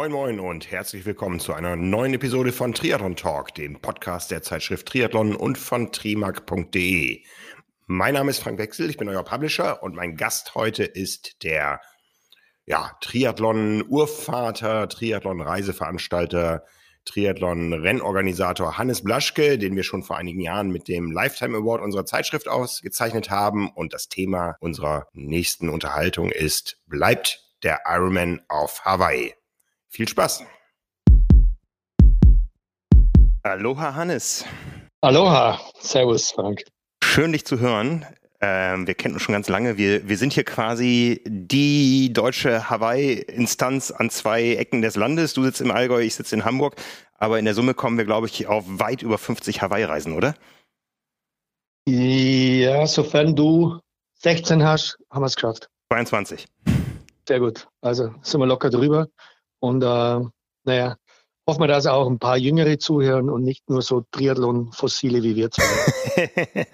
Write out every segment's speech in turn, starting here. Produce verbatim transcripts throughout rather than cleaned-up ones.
Moin Moin und herzlich willkommen zu einer neuen Episode von Triathlon Talk, dem Podcast der Zeitschrift Triathlon und von trimark punkt de. Mein Name ist Frank Wechsel, ich bin euer Publisher und mein Gast heute ist der ja, Triathlon-Urvater, Triathlon-Reiseveranstalter, Triathlon-Rennorganisator Hannes Blaschke, den wir schon vor einigen Jahren mit dem Lifetime Award unserer Zeitschrift ausgezeichnet haben. Und das Thema unserer nächsten Unterhaltung ist: Bleibt der Ironman auf Hawaii? Viel Spaß! Aloha Hannes. Aloha, servus Frank. Schön, dich zu hören. Ähm, wir kennen uns schon ganz lange. Wir, wir sind hier quasi die deutsche Hawaii-Instanz an zwei Ecken des Landes. Du sitzt im Allgäu, ich sitze in Hamburg. Aber in der Summe kommen wir, glaube ich, auf weit über fünfzig Hawaii-Reisen, oder? Ja, sofern du sechzehn hast, haben wir es geschafft. zweiundzwanzig. Sehr gut. Also sind wir locker drüber. Und äh, naja, hoffen wir, dass auch ein paar Jüngere zuhören und nicht nur so Triathlon-Fossile wie wir zwei.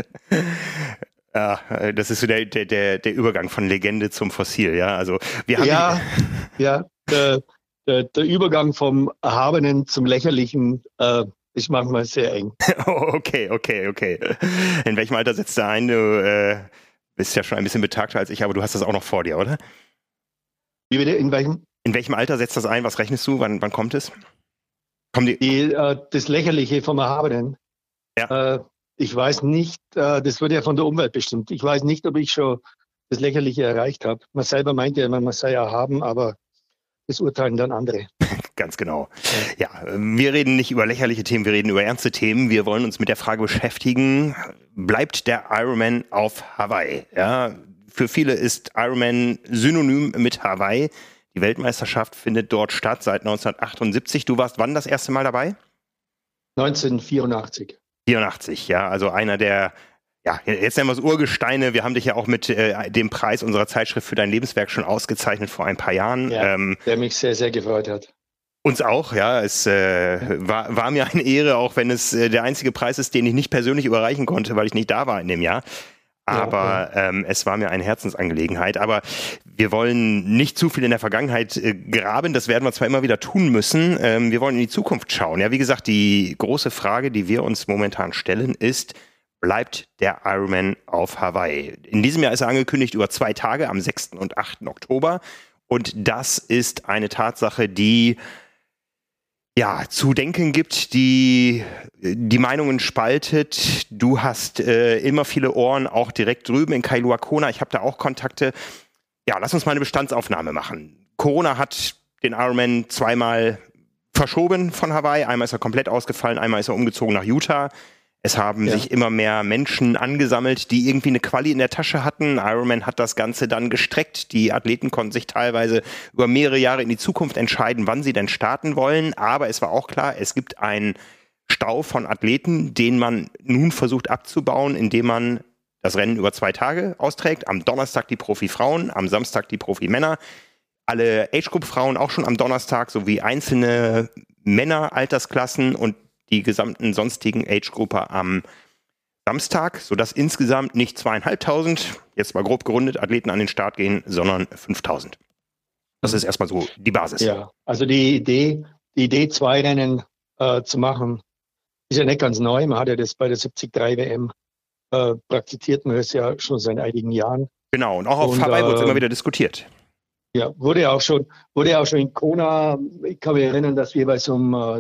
Ja, das ist so der, der, der Übergang von Legende zum Fossil, ja. Also wir haben ja, ja, der, der, der Übergang vom Erhabenen zum Lächerlichen äh, ist manchmal sehr eng. Okay, okay, okay. In welchem Alter setzt du ein? Du äh, bist ja schon ein bisschen betagter als ich, aber du hast das auch noch vor dir, oder? Wie bitte? In welchem? In welchem Alter setzt das ein? Was rechnest du? Wann, wann kommt es? Kommen die? die äh, das Lächerliche vom Erhabenen. Ja. Äh, Ich weiß nicht, äh, das wird ja von der Umwelt bestimmt. Ich weiß nicht, ob ich schon das Lächerliche erreicht habe. Man selber meint ja immer, man sei erhaben, aber das urteilen dann andere. Ganz genau. Ja, wir reden nicht über lächerliche Themen, wir reden über ernste Themen. Wir wollen uns mit der Frage beschäftigen: Bleibt der Ironman auf Hawaii? Ja, für viele ist Ironman synonym mit Hawaii. Die Weltmeisterschaft findet dort statt seit neunzehnhundertachtundsiebzig. Du warst wann das erste Mal dabei? neunzehnhundertvierundachtzig. vierundachtzig, ja, also einer der, ja, jetzt nennen wir es Urgesteine. Wir haben dich ja auch mit äh, dem Preis unserer Zeitschrift für dein Lebenswerk schon ausgezeichnet vor ein paar Jahren. Ja, ähm, der mich sehr, sehr gefreut hat. Uns auch, ja. Es äh, war, war mir eine Ehre, auch wenn es äh, der einzige Preis ist, den ich nicht persönlich überreichen konnte, weil ich nicht da war in dem Jahr. Aber ja, ja. Ähm, es war mir eine Herzensangelegenheit. Aber wir wollen nicht zu viel in der Vergangenheit äh, graben. Das werden wir zwar immer wieder tun müssen. Ähm, wir wollen in die Zukunft schauen. Ja, wie gesagt, die große Frage, die wir uns momentan stellen, ist: Bleibt der Ironman auf Hawaii? In diesem Jahr ist er angekündigt über zwei Tage, am sechsten und achten Oktober. Und das ist eine Tatsache, die ja, zu denken gibt, die die Meinungen spaltet. Du hast äh, immer viele Ohren, auch direkt drüben in Kailua Kona. Ich habe da auch Kontakte. Ja, lass uns mal eine Bestandsaufnahme machen. Corona hat den Ironman zweimal verschoben von Hawaii. Einmal ist er komplett ausgefallen, einmal ist er umgezogen nach Utah. Es haben ja. sich immer mehr Menschen angesammelt, die irgendwie eine Quali in der Tasche hatten. Ironman hat das Ganze dann gestreckt. Die Athleten konnten sich teilweise über mehrere Jahre in die Zukunft entscheiden, wann sie denn starten wollen. Aber es war auch klar, es gibt einen Stau von Athleten, den man nun versucht abzubauen, indem man das Rennen über zwei Tage austrägt. Am Donnerstag die Profi-Frauen, am Samstag die Profi-Männer. Alle Age-Group-Frauen auch schon am Donnerstag, sowie einzelne Männer-Altersklassen und die gesamten sonstigen Age-Grupper am Samstag, sodass insgesamt nicht zweieinhalbtausend, jetzt mal grob gerundet, Athleten an den Start gehen, sondern fünftausend. Das ist erstmal so die Basis. Ja, also die Idee, die Idee, zwei Rennen äh, zu machen, ist ja nicht ganz neu. Man hat ja das bei der siebzig drei W M äh, praktiziert, man ist ja schon seit einigen Jahren. Genau, und auch auf und, Hawaii äh, wird es immer wieder diskutiert. Ja, wurde ja auch schon, wurde ja auch schon in Kona. Ich kann mich erinnern, dass wir bei so einem, äh,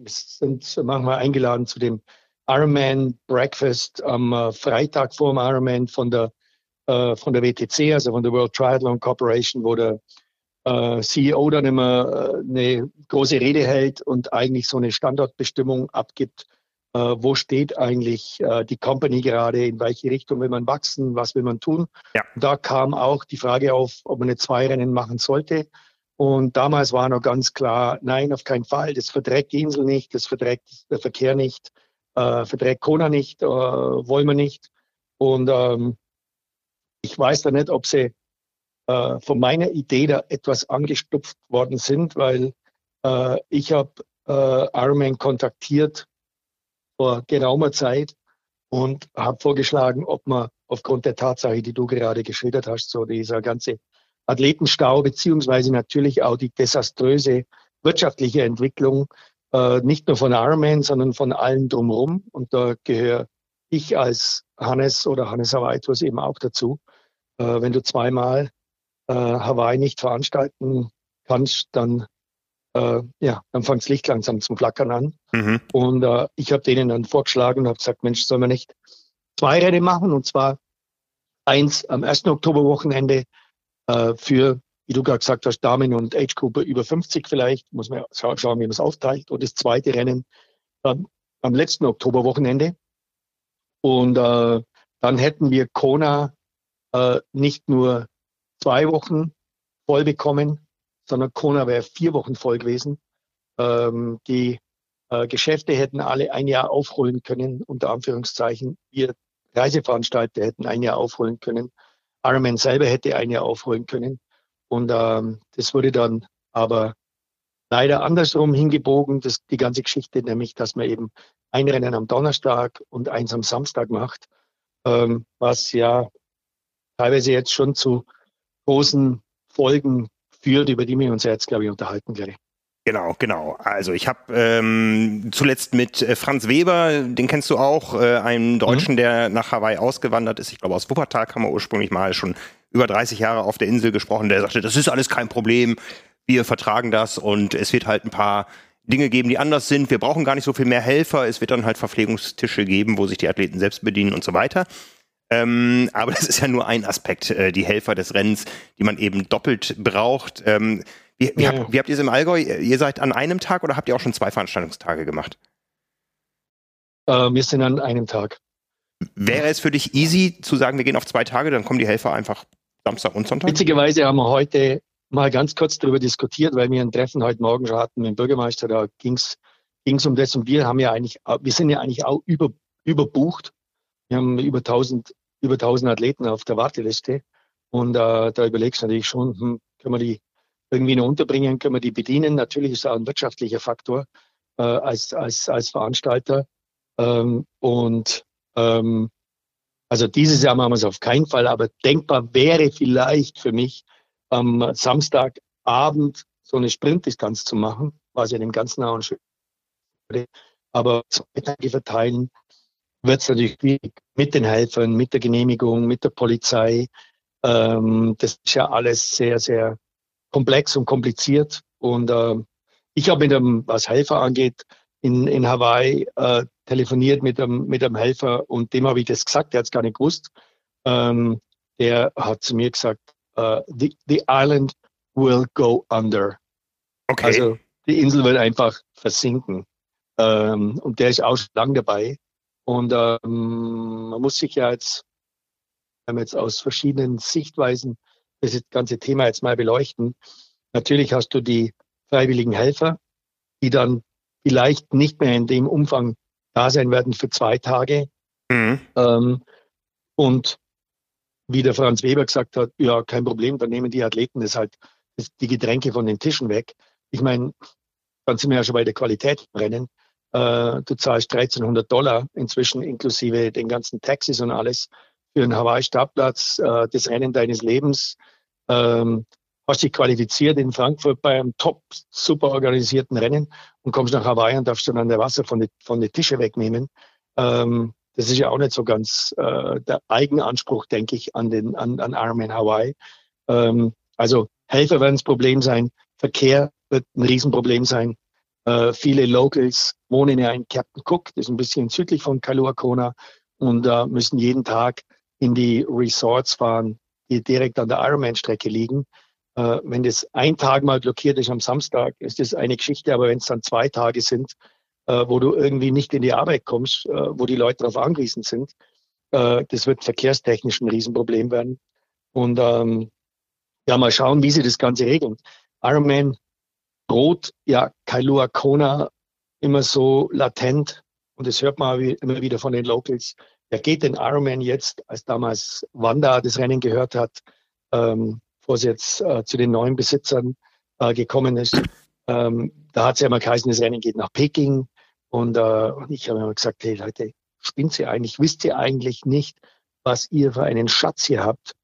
sind manchmal eingeladen zu dem Ironman Breakfast am äh, Freitag vor dem Ironman von der, äh, von der W T C, also von der World Triathlon Corporation, wo der äh, C E O dann immer äh, eine große Rede hält und eigentlich so eine Standortbestimmung abgibt. Äh, wo steht eigentlich äh, die Company gerade, in welche Richtung will man wachsen, was will man tun? Ja. Und da kam auch die Frage auf, ob man eine Zwei-Rennen machen sollte. Und damals war noch ganz klar, nein, auf keinen Fall. Das verträgt die Insel nicht, das verträgt der Verkehr nicht, äh, verträgt Kona nicht, äh, wollen wir nicht. Und ähm, ich weiß da nicht, ob sie äh, von meiner Idee da etwas angestupft worden sind, weil äh, ich habe äh, Ironman kontaktiert vor geraumer Zeit und habe vorgeschlagen, ob man aufgrund der Tatsache, die du gerade geschildert hast, so dieser ganze Athletenstau beziehungsweise natürlich auch die desaströse wirtschaftliche Entwicklung, äh, nicht nur von Ironman, sondern von allen drumherum. Und da gehöre ich als Hannes oder Hannes Hawaii Tours eben auch dazu. Äh, wenn du zweimal äh, Hawaii nicht veranstalten kannst, dann, äh, ja, dann fängt das Licht langsam zum Flackern an. Mhm. Und äh, ich habe denen dann vorgeschlagen und habe gesagt, Mensch, sollen wir nicht zwei Rennen machen? Und zwar eins am ersten Oktoberwochenende äh, für, wie du gerade gesagt hast, Damen und Age-Gruppe über fünfzig vielleicht. Muss man scha schauen, wie man es aufteilt. Und das zweite Rennen dann am letzten Oktoberwochenende. Und äh, dann hätten wir Kona äh, nicht nur zwei Wochen voll bekommen, sondern Kona wäre vier Wochen voll gewesen. Ähm, die äh, Geschäfte hätten alle ein Jahr aufholen können, unter Anführungszeichen. Wir Reiseveranstalter hätten ein Jahr aufholen können. Ironman selber hätte ein Jahr aufholen können. Und ähm, das wurde dann aber leider andersrum hingebogen, das, die ganze Geschichte, nämlich, dass man eben ein Rennen am Donnerstag und eins am Samstag macht, ähm, was ja teilweise jetzt schon zu großen Folgen führt, über die wir uns jetzt, glaube ich, unterhalten werden. Genau, genau. Also ich habe ähm, zuletzt mit äh, Franz Weber, den kennst du auch, äh, einen Deutschen, mhm. der nach Hawaii ausgewandert ist. Ich glaube, aus Wuppertal kam er ursprünglich mal, schon über dreißig Jahre auf der Insel gesprochen. Der sagte, das ist alles kein Problem, wir vertragen das und es wird halt ein paar Dinge geben, die anders sind. Wir brauchen gar nicht so viel mehr Helfer. Es wird dann halt Verpflegungstische geben, wo sich die Athleten selbst bedienen und so weiter. Ähm, aber das ist ja nur ein Aspekt, äh, die Helfer des Rennens, die man eben doppelt braucht. Ähm, wie, wie, ja, habt, wie habt ihr es im Allgäu? Ihr seid an einem Tag oder habt ihr auch schon zwei Veranstaltungstage gemacht? Äh, wir sind an einem Tag. Wäre es für dich easy zu sagen, wir gehen auf zwei Tage, dann kommen die Helfer einfach Samstag und Sonntag? Witzigerweise haben wir heute mal ganz kurz darüber diskutiert, weil wir ein Treffen heute Morgen schon hatten mit dem Bürgermeister, da ging es um das und wir haben ja eigentlich, wir sind ja eigentlich auch über, überbucht. Wir haben über tausend, über tausend Athleten auf der Warteliste und äh, da überlegst du natürlich schon, hm, können wir die irgendwie noch unterbringen, können wir die bedienen? Natürlich ist es auch ein wirtschaftlicher Faktor äh, als, als, als Veranstalter. Ähm, und ähm, also dieses Jahr machen wir es auf keinen Fall, aber denkbar wäre vielleicht für mich am Samstagabend so eine Sprintdistanz zu machen, was ja dem Ganzen auch schön würde. Aber zwei Tage verteilen wird es natürlich schwierig mit den Helfern, mit der Genehmigung, mit der Polizei. Ähm, das ist ja alles sehr, sehr komplex und kompliziert. Und äh, ich habe mit einem, was Helfer angeht, in, in Hawaii äh, telefoniert mit einem, mit einem Helfer und dem habe ich das gesagt, der hat es gar nicht gewusst. Ähm, der hat zu mir gesagt, uh, the, the island will go under. Okay. Also die Insel wird einfach versinken. Ähm, und der ist auch schon lang dabei. Und ähm, man muss sich ja jetzt, wenn wir jetzt aus verschiedenen Sichtweisen das ganze Thema jetzt mal beleuchten. Natürlich hast du die freiwilligen Helfer, die dann vielleicht nicht mehr in dem Umfang da sein werden für zwei Tage. Mhm. Ähm, und wie der Franz Weber gesagt hat, ja, kein Problem, dann nehmen die Athleten das halt das, die Getränke von den Tischen weg. Ich meine, dann sind wir ja schon bei der Qualität im Rennen. Äh, du zahlst dreizehnhundert Dollar inzwischen inklusive den ganzen Taxis und alles für einen Hawaii-Startplatz, äh, das Rennen deines Lebens. Ähm, hast dich qualifiziert in Frankfurt bei einem top, super organisierten Rennen und kommst nach Hawaii und darfst dann der Wasser von den von die Tische wegnehmen. Ähm, das ist ja auch nicht so ganz äh, der Eigenanspruch, denke ich, an den an, an Ironman Hawaii. Ähm, also Helfer werden das Problem sein, Verkehr wird ein Riesenproblem sein. Äh, viele Locals wohnen ja in Captain Cook, das ist ein bisschen südlich von Kailua Kona und äh, müssen jeden Tag in die Resorts fahren, die direkt an der Ironman-Strecke liegen. Äh, wenn das ein Tag mal blockiert ist am Samstag, ist das eine Geschichte, aber wenn es dann zwei Tage sind, äh, wo du irgendwie nicht in die Arbeit kommst, äh, wo die Leute darauf angewiesen sind, äh, das wird verkehrstechnisch ein Riesenproblem werden. Und ähm, ja, mal schauen, wie sie das Ganze regeln. Ironman droht ja Kailua Kona immer so latent, und das hört man immer wieder von den Locals. Wer geht den Ironman jetzt, als damals Wanda das Rennen gehört hat, ähm, bevor sie jetzt äh, zu den neuen Besitzern äh, gekommen ist. Ähm, da hat es ja immer geheißen, das Rennen geht nach Peking. Und, äh, und ich habe immer gesagt, hey Leute, spinnt ihr eigentlich? Wisst ihr eigentlich nicht, was ihr für einen Schatz hier habt?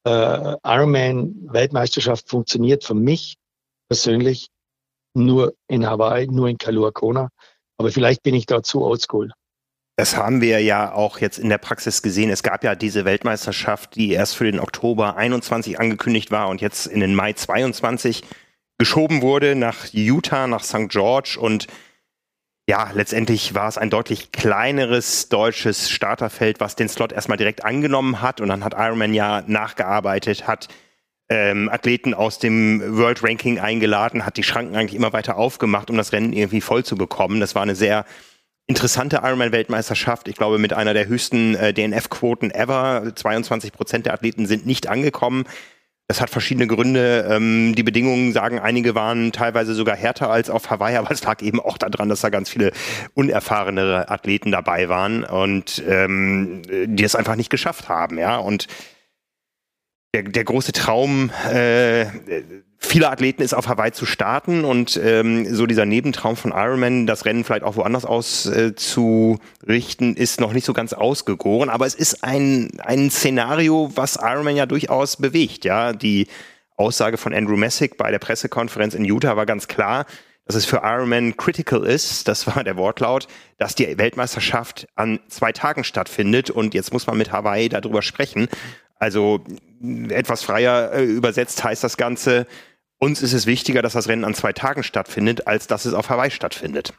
äh, Ironman-Weltmeisterschaft funktioniert für mich persönlich nur in Hawaii, nur in Kailua Kona. Aber vielleicht bin ich da zu oldschool. Das haben wir ja auch jetzt in der Praxis gesehen. Es gab ja diese Weltmeisterschaft, die erst für den Oktober einundzwanzig angekündigt war und jetzt in den Mai zweiundzwanzig geschoben wurde nach Utah, nach Sankt George. Und ja, letztendlich war es ein deutlich kleineres deutsches Starterfeld, was den Slot erstmal direkt angenommen hat. Und dann hat Ironman ja nachgearbeitet, hat ähm, Athleten aus dem World Ranking eingeladen, hat die Schranken eigentlich immer weiter aufgemacht, um das Rennen irgendwie voll zu bekommen. Das war eine sehr interessante Ironman-Weltmeisterschaft. Ich glaube, mit einer der höchsten äh, D N F-Quoten ever. zweiundzwanzig Prozent der Athleten sind nicht angekommen. Das hat verschiedene Gründe. Ähm, die Bedingungen, sagen einige, waren teilweise sogar härter als auf Hawaii, aber es lag eben auch daran, dass da ganz viele unerfahrenere Athleten dabei waren und ähm, die es einfach nicht geschafft haben. Ja, und der, der große Traum äh, vieler Athleten ist, auf Hawaii zu starten und ähm, so dieser Nebentraum von Ironman, das Rennen vielleicht auch woanders auszurichten, äh, ist noch nicht so ganz ausgegoren. Aber es ist ein, ein Szenario, was Ironman ja durchaus bewegt. Ja, die Aussage von Andrew Messick bei der Pressekonferenz in Utah war ganz klar, dass es für Ironman critical ist, das war der Wortlaut, dass die Weltmeisterschaft an zwei Tagen stattfindet. Und jetzt muss man mit Hawaii darüber sprechen. Also etwas freier äh, übersetzt heißt das Ganze, uns ist es wichtiger, dass das Rennen an zwei Tagen stattfindet, als dass es auf Hawaii stattfindet.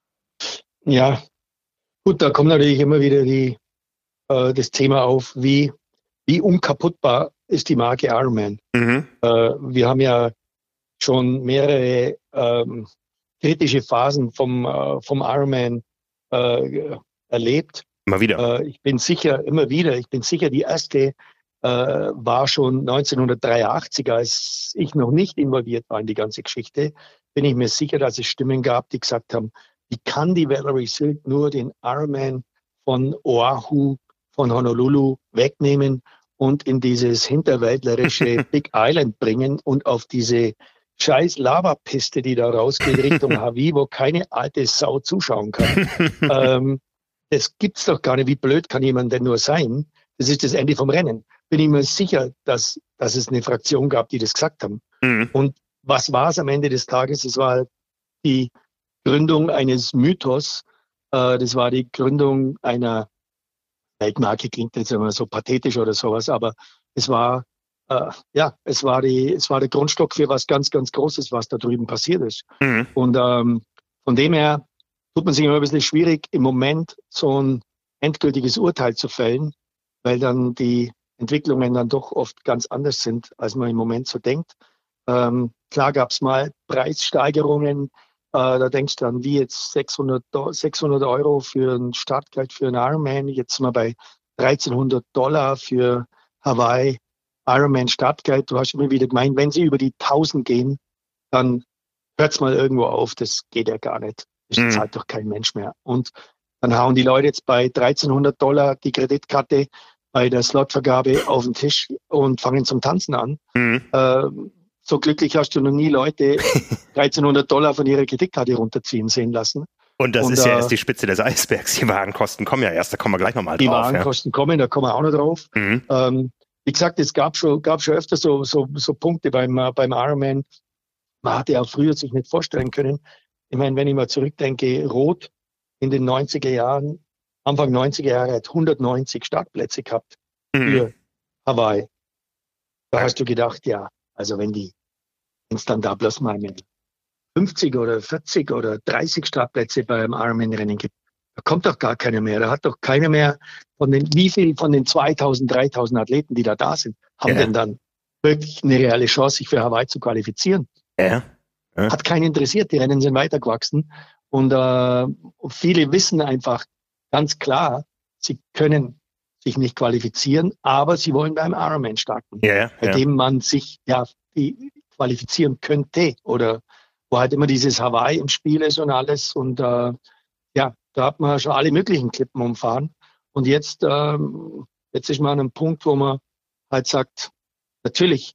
Ja, gut, da kommt natürlich immer wieder die, äh, das Thema auf, wie, wie unkaputtbar ist die Marke Ironman. Mhm. Äh, wir haben ja schon mehrere ähm, kritische Phasen vom, äh, vom Ironman äh, erlebt. Immer wieder. Äh, ich bin sicher, immer wieder, ich bin sicher, die erste Äh, war schon neunzehnhundertdreiundachtzig, als ich noch nicht involviert war in die ganze Geschichte, bin ich mir sicher, dass es Stimmen gab, die gesagt haben, wie kann die Valerie Silk nur den Ironman von Oahu, von Honolulu wegnehmen und in dieses hinterwäldlerische Big Island bringen und auf diese scheiß Lavapiste, die da rausgeht Richtung Hawaii, wo keine alte Sau zuschauen kann. ähm, das gibt's doch gar nicht. Wie blöd kann jemand denn nur sein? Das ist das Ende vom Rennen. Bin ich mir sicher, dass, dass es eine Fraktion gab, die das gesagt haben. Mhm. Und was war es am Ende des Tages? Es war die Gründung eines Mythos. Äh, das war die Gründung einer Weltmarke, klingt jetzt immer so pathetisch oder sowas, aber es war, äh, ja, es war die, es war der Grundstock für was ganz, ganz Großes, was da drüben passiert ist. Mhm. Und ähm, von dem her tut man sich immer ein bisschen schwierig, im Moment so ein endgültiges Urteil zu fällen, weil dann die Entwicklungen dann doch oft ganz anders sind, als man im Moment so denkt. Ähm, klar gab es mal Preissteigerungen, äh, da denkst du dann, wie jetzt sechshundert Euro für ein Startgeld für einen Ironman, jetzt sind wir bei dreizehnhundert Dollar für Hawaii Ironman Startgeld. Du hast immer wieder gemeint, wenn sie über die tausend gehen, dann hört's mal irgendwo auf, das geht ja gar nicht. Das mhm. zahlt doch kein Mensch mehr. Und dann hauen die Leute jetzt bei dreizehnhundert Dollar die Kreditkarte bei der Slotvergabe auf den Tisch und fangen zum Tanzen an. Mhm. Äh, so glücklich hast du noch nie Leute dreizehnhundert Dollar von ihrer Kreditkarte runterziehen sehen lassen. Und das und, ist ja äh, erst die Spitze des Eisbergs. Die Warenkosten kommen ja erst, da kommen wir gleich nochmal drauf. Die Warenkosten ja. kommen, da kommen wir auch noch drauf. Mhm. Ähm, wie gesagt, es gab schon, gab schon öfter so, so, so Punkte beim, beim Ironman. Man hatte auch früher sich nicht vorstellen können. Ich meine, wenn ich mal zurückdenke, Roth in den neunziger Jahren, Anfang neunziger Jahre hat hundertneunzig Startplätze gehabt mhm. für Hawaii. Da ja. hast du gedacht, ja, also wenn die, wenn es dann da bloß mal fünfzig oder vierzig oder dreißig Startplätze beim Ironman-Rennen gibt, da kommt doch gar keiner mehr. Da hat doch keiner mehr von den, wie viel von den zweitausend, dreitausend Athleten, die da da sind, haben ja. denn dann wirklich eine reale Chance, sich für Hawaii zu qualifizieren. Ja. Ja. Hat keinen interessiert. Die Rennen sind weitergewachsen. Und äh, viele wissen einfach ganz klar, sie können sich nicht qualifizieren, aber sie wollen beim Ironman starten, ja, bei ja. dem man sich ja qualifizieren könnte oder wo halt immer dieses Hawaii im Spiel ist und alles. Und äh, ja, da hat man schon alle möglichen Klippen umfahren. Und jetzt, ähm, jetzt ist man an einem Punkt, wo man halt sagt, natürlich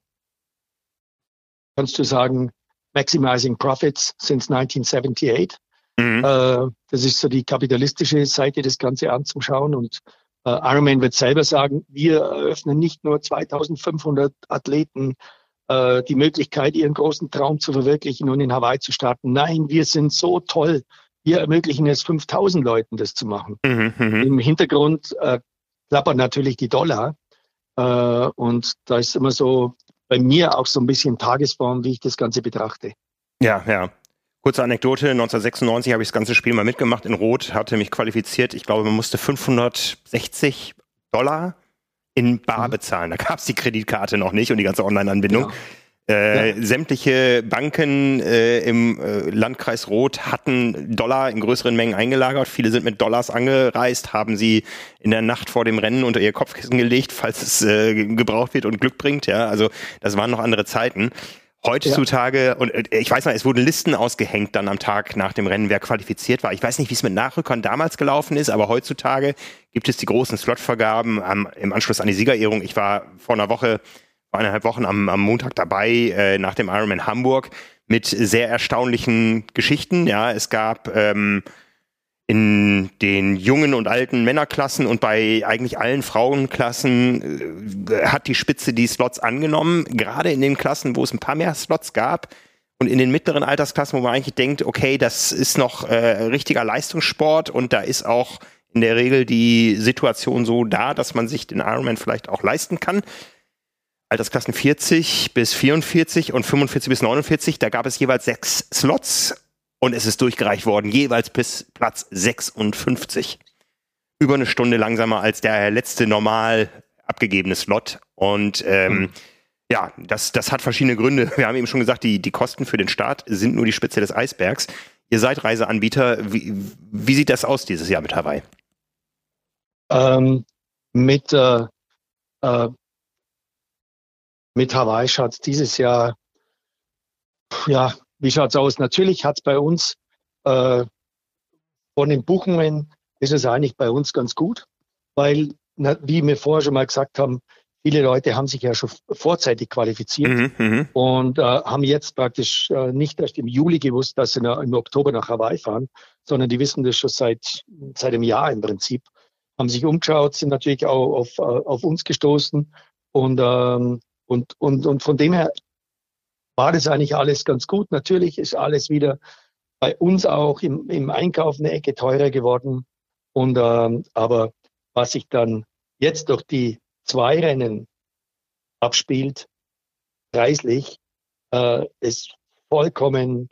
kannst du sagen, maximizing profits since neunzehnhundertachtundsiebzig. Mhm. Äh, das ist so die kapitalistische Seite, das Ganze anzuschauen. Und äh, Ironman wird selber sagen, wir eröffnen nicht nur zweitausendfünfhundert Athleten äh, die Möglichkeit, ihren großen Traum zu verwirklichen und in Hawaii zu starten. Nein, wir sind so toll. Wir ermöglichen es fünftausend Leuten, das zu machen. Mhm, mh. Im Hintergrund äh, klappern natürlich die Dollar. Äh, und da ist immer so bei mir auch so ein bisschen Tagesform, wie ich das Ganze betrachte. Ja, ja. Kurze Anekdote, neunzehnhundertsechsundneunzig habe ich das ganze Spiel mal mitgemacht in Rot, hatte mich qualifiziert. Ich glaube, man musste fünfhundertsechzig Dollar in bar bezahlen. Da gab es die Kreditkarte noch nicht und die ganze Online-Anbindung. Ja. Äh, ja. Sämtliche Banken äh, im äh, Landkreis Rot hatten Dollar in größeren Mengen eingelagert. Viele sind mit Dollars angereist, haben sie in der Nacht vor dem Rennen unter ihr Kopfkissen gelegt, falls es äh, gebraucht wird und Glück bringt. Ja, also das waren noch andere Zeiten. Heutzutage, ja. Und ich weiß noch, es wurden Listen ausgehängt dann am Tag nach dem Rennen, wer qualifiziert war. Ich weiß nicht, wie es mit Nachrückern damals gelaufen ist, aber heutzutage gibt es die großen Slotvergaben am, im Anschluss an die Siegerehrung. Ich war vor einer Woche, vor eineinhalb Wochen am, am Montag dabei, äh, nach dem Ironman Hamburg, mit sehr erstaunlichen Geschichten. Ja, es gab ähm, in den jungen und alten Männerklassen und bei eigentlich allen Frauenklassen äh, hat die Spitze die Slots angenommen, gerade in den Klassen, wo es ein paar mehr Slots gab und in den mittleren Altersklassen, wo man eigentlich denkt, okay, das ist noch äh, richtiger Leistungssport und da ist auch in der Regel die Situation so da, dass man sich den Ironman vielleicht auch leisten kann. Altersklassen vierzig bis vierundvierzig und fünfundvierzig bis neunundvierzig, da gab es jeweils sechs Slots. Und es ist durchgereicht worden, jeweils bis Platz sechsundfünfzig. Über eine Stunde langsamer als der letzte normal abgegebene Slot. Und ähm, mhm. ja, das, das hat verschiedene Gründe. Wir haben eben schon gesagt, die, die Kosten für den Start sind nur die Spitze des Eisbergs. Ihr seid Reiseanbieter. Wie, wie sieht das aus dieses Jahr mit Hawaii? Ähm, mit, äh, äh, mit Hawaii schaut es dieses Jahr, ja, wie schaut's aus? Natürlich hat's bei uns äh, von den Buchungen ist es eigentlich bei uns ganz gut, weil, na, wie wir vorher schon mal gesagt haben, viele Leute haben sich ja schon vorzeitig qualifiziert mhm, und äh, haben jetzt praktisch äh, nicht erst im Juli gewusst, dass sie na, im Oktober nach Hawaii fahren, sondern die wissen das schon seit seit einem Jahr im Prinzip. Haben sich umgeschaut, sind natürlich auch auf, auf uns gestoßen und ähm, und und und von dem her war das eigentlich alles ganz gut. Natürlich ist alles wieder bei uns auch im, im Einkauf eine Ecke teurer geworden. Und ähm, aber was sich dann jetzt durch die zwei Rennen abspielt, preislich, äh, ist vollkommen